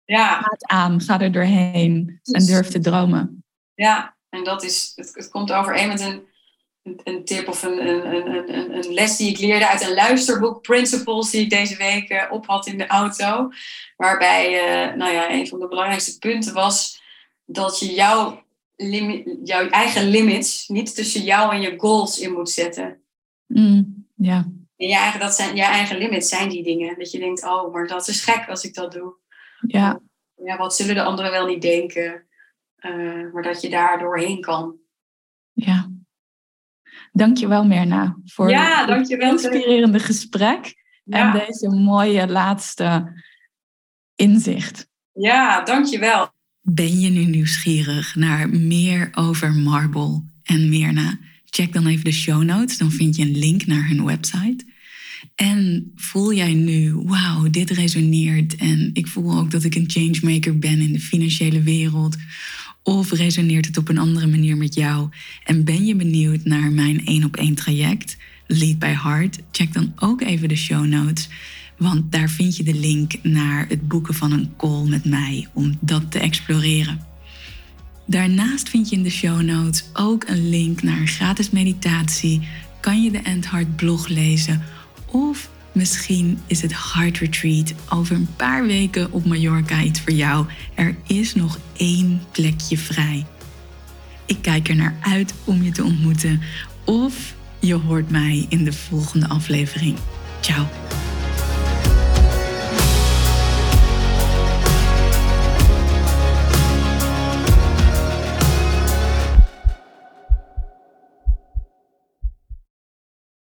Ja. Ga het aan, ga er doorheen en durf te dromen. Ja, en dat is, het komt overeen met een tip of een les die ik leerde uit een luisterboek, Principles, die ik deze week op had in de auto. Waarbij, een van de belangrijkste punten was dat je jouw eigen limits niet tussen jou en je goals in moet zetten. Ja. En je eigen limits zijn die dingen. Dat je denkt, oh, maar dat is gek als ik dat doe. Ja. Ja, wat zullen de anderen wel niet denken? Maar dat je daar doorheen kan. Ja. Dankjewel, Mirna, voor het inspirerende gesprek en deze mooie laatste inzicht. Ja, dankjewel. Ben je nu nieuwsgierig naar meer over Marble en Mirna? Check dan even de show notes, dan vind je een link naar hun website. En voel jij nu, wauw, dit resoneert en ik voel ook dat ik een changemaker ben in de financiële wereld? Of resoneert het op een andere manier met jou? En ben je benieuwd naar mijn 1-op-1 traject, Lead by Heart? Check dan ook even de show notes, want daar vind je de link naar het boeken van een call met mij om dat te exploreren. Daarnaast vind je in de show notes ook een link naar een gratis meditatie. Kan je de End Heart blog lezen? Of misschien is het Heart Retreat over een paar weken op Mallorca iets voor jou. Er is nog 1 plekje vrij. Ik kijk er naar uit om je te ontmoeten. Of je hoort mij in de volgende aflevering. Ciao.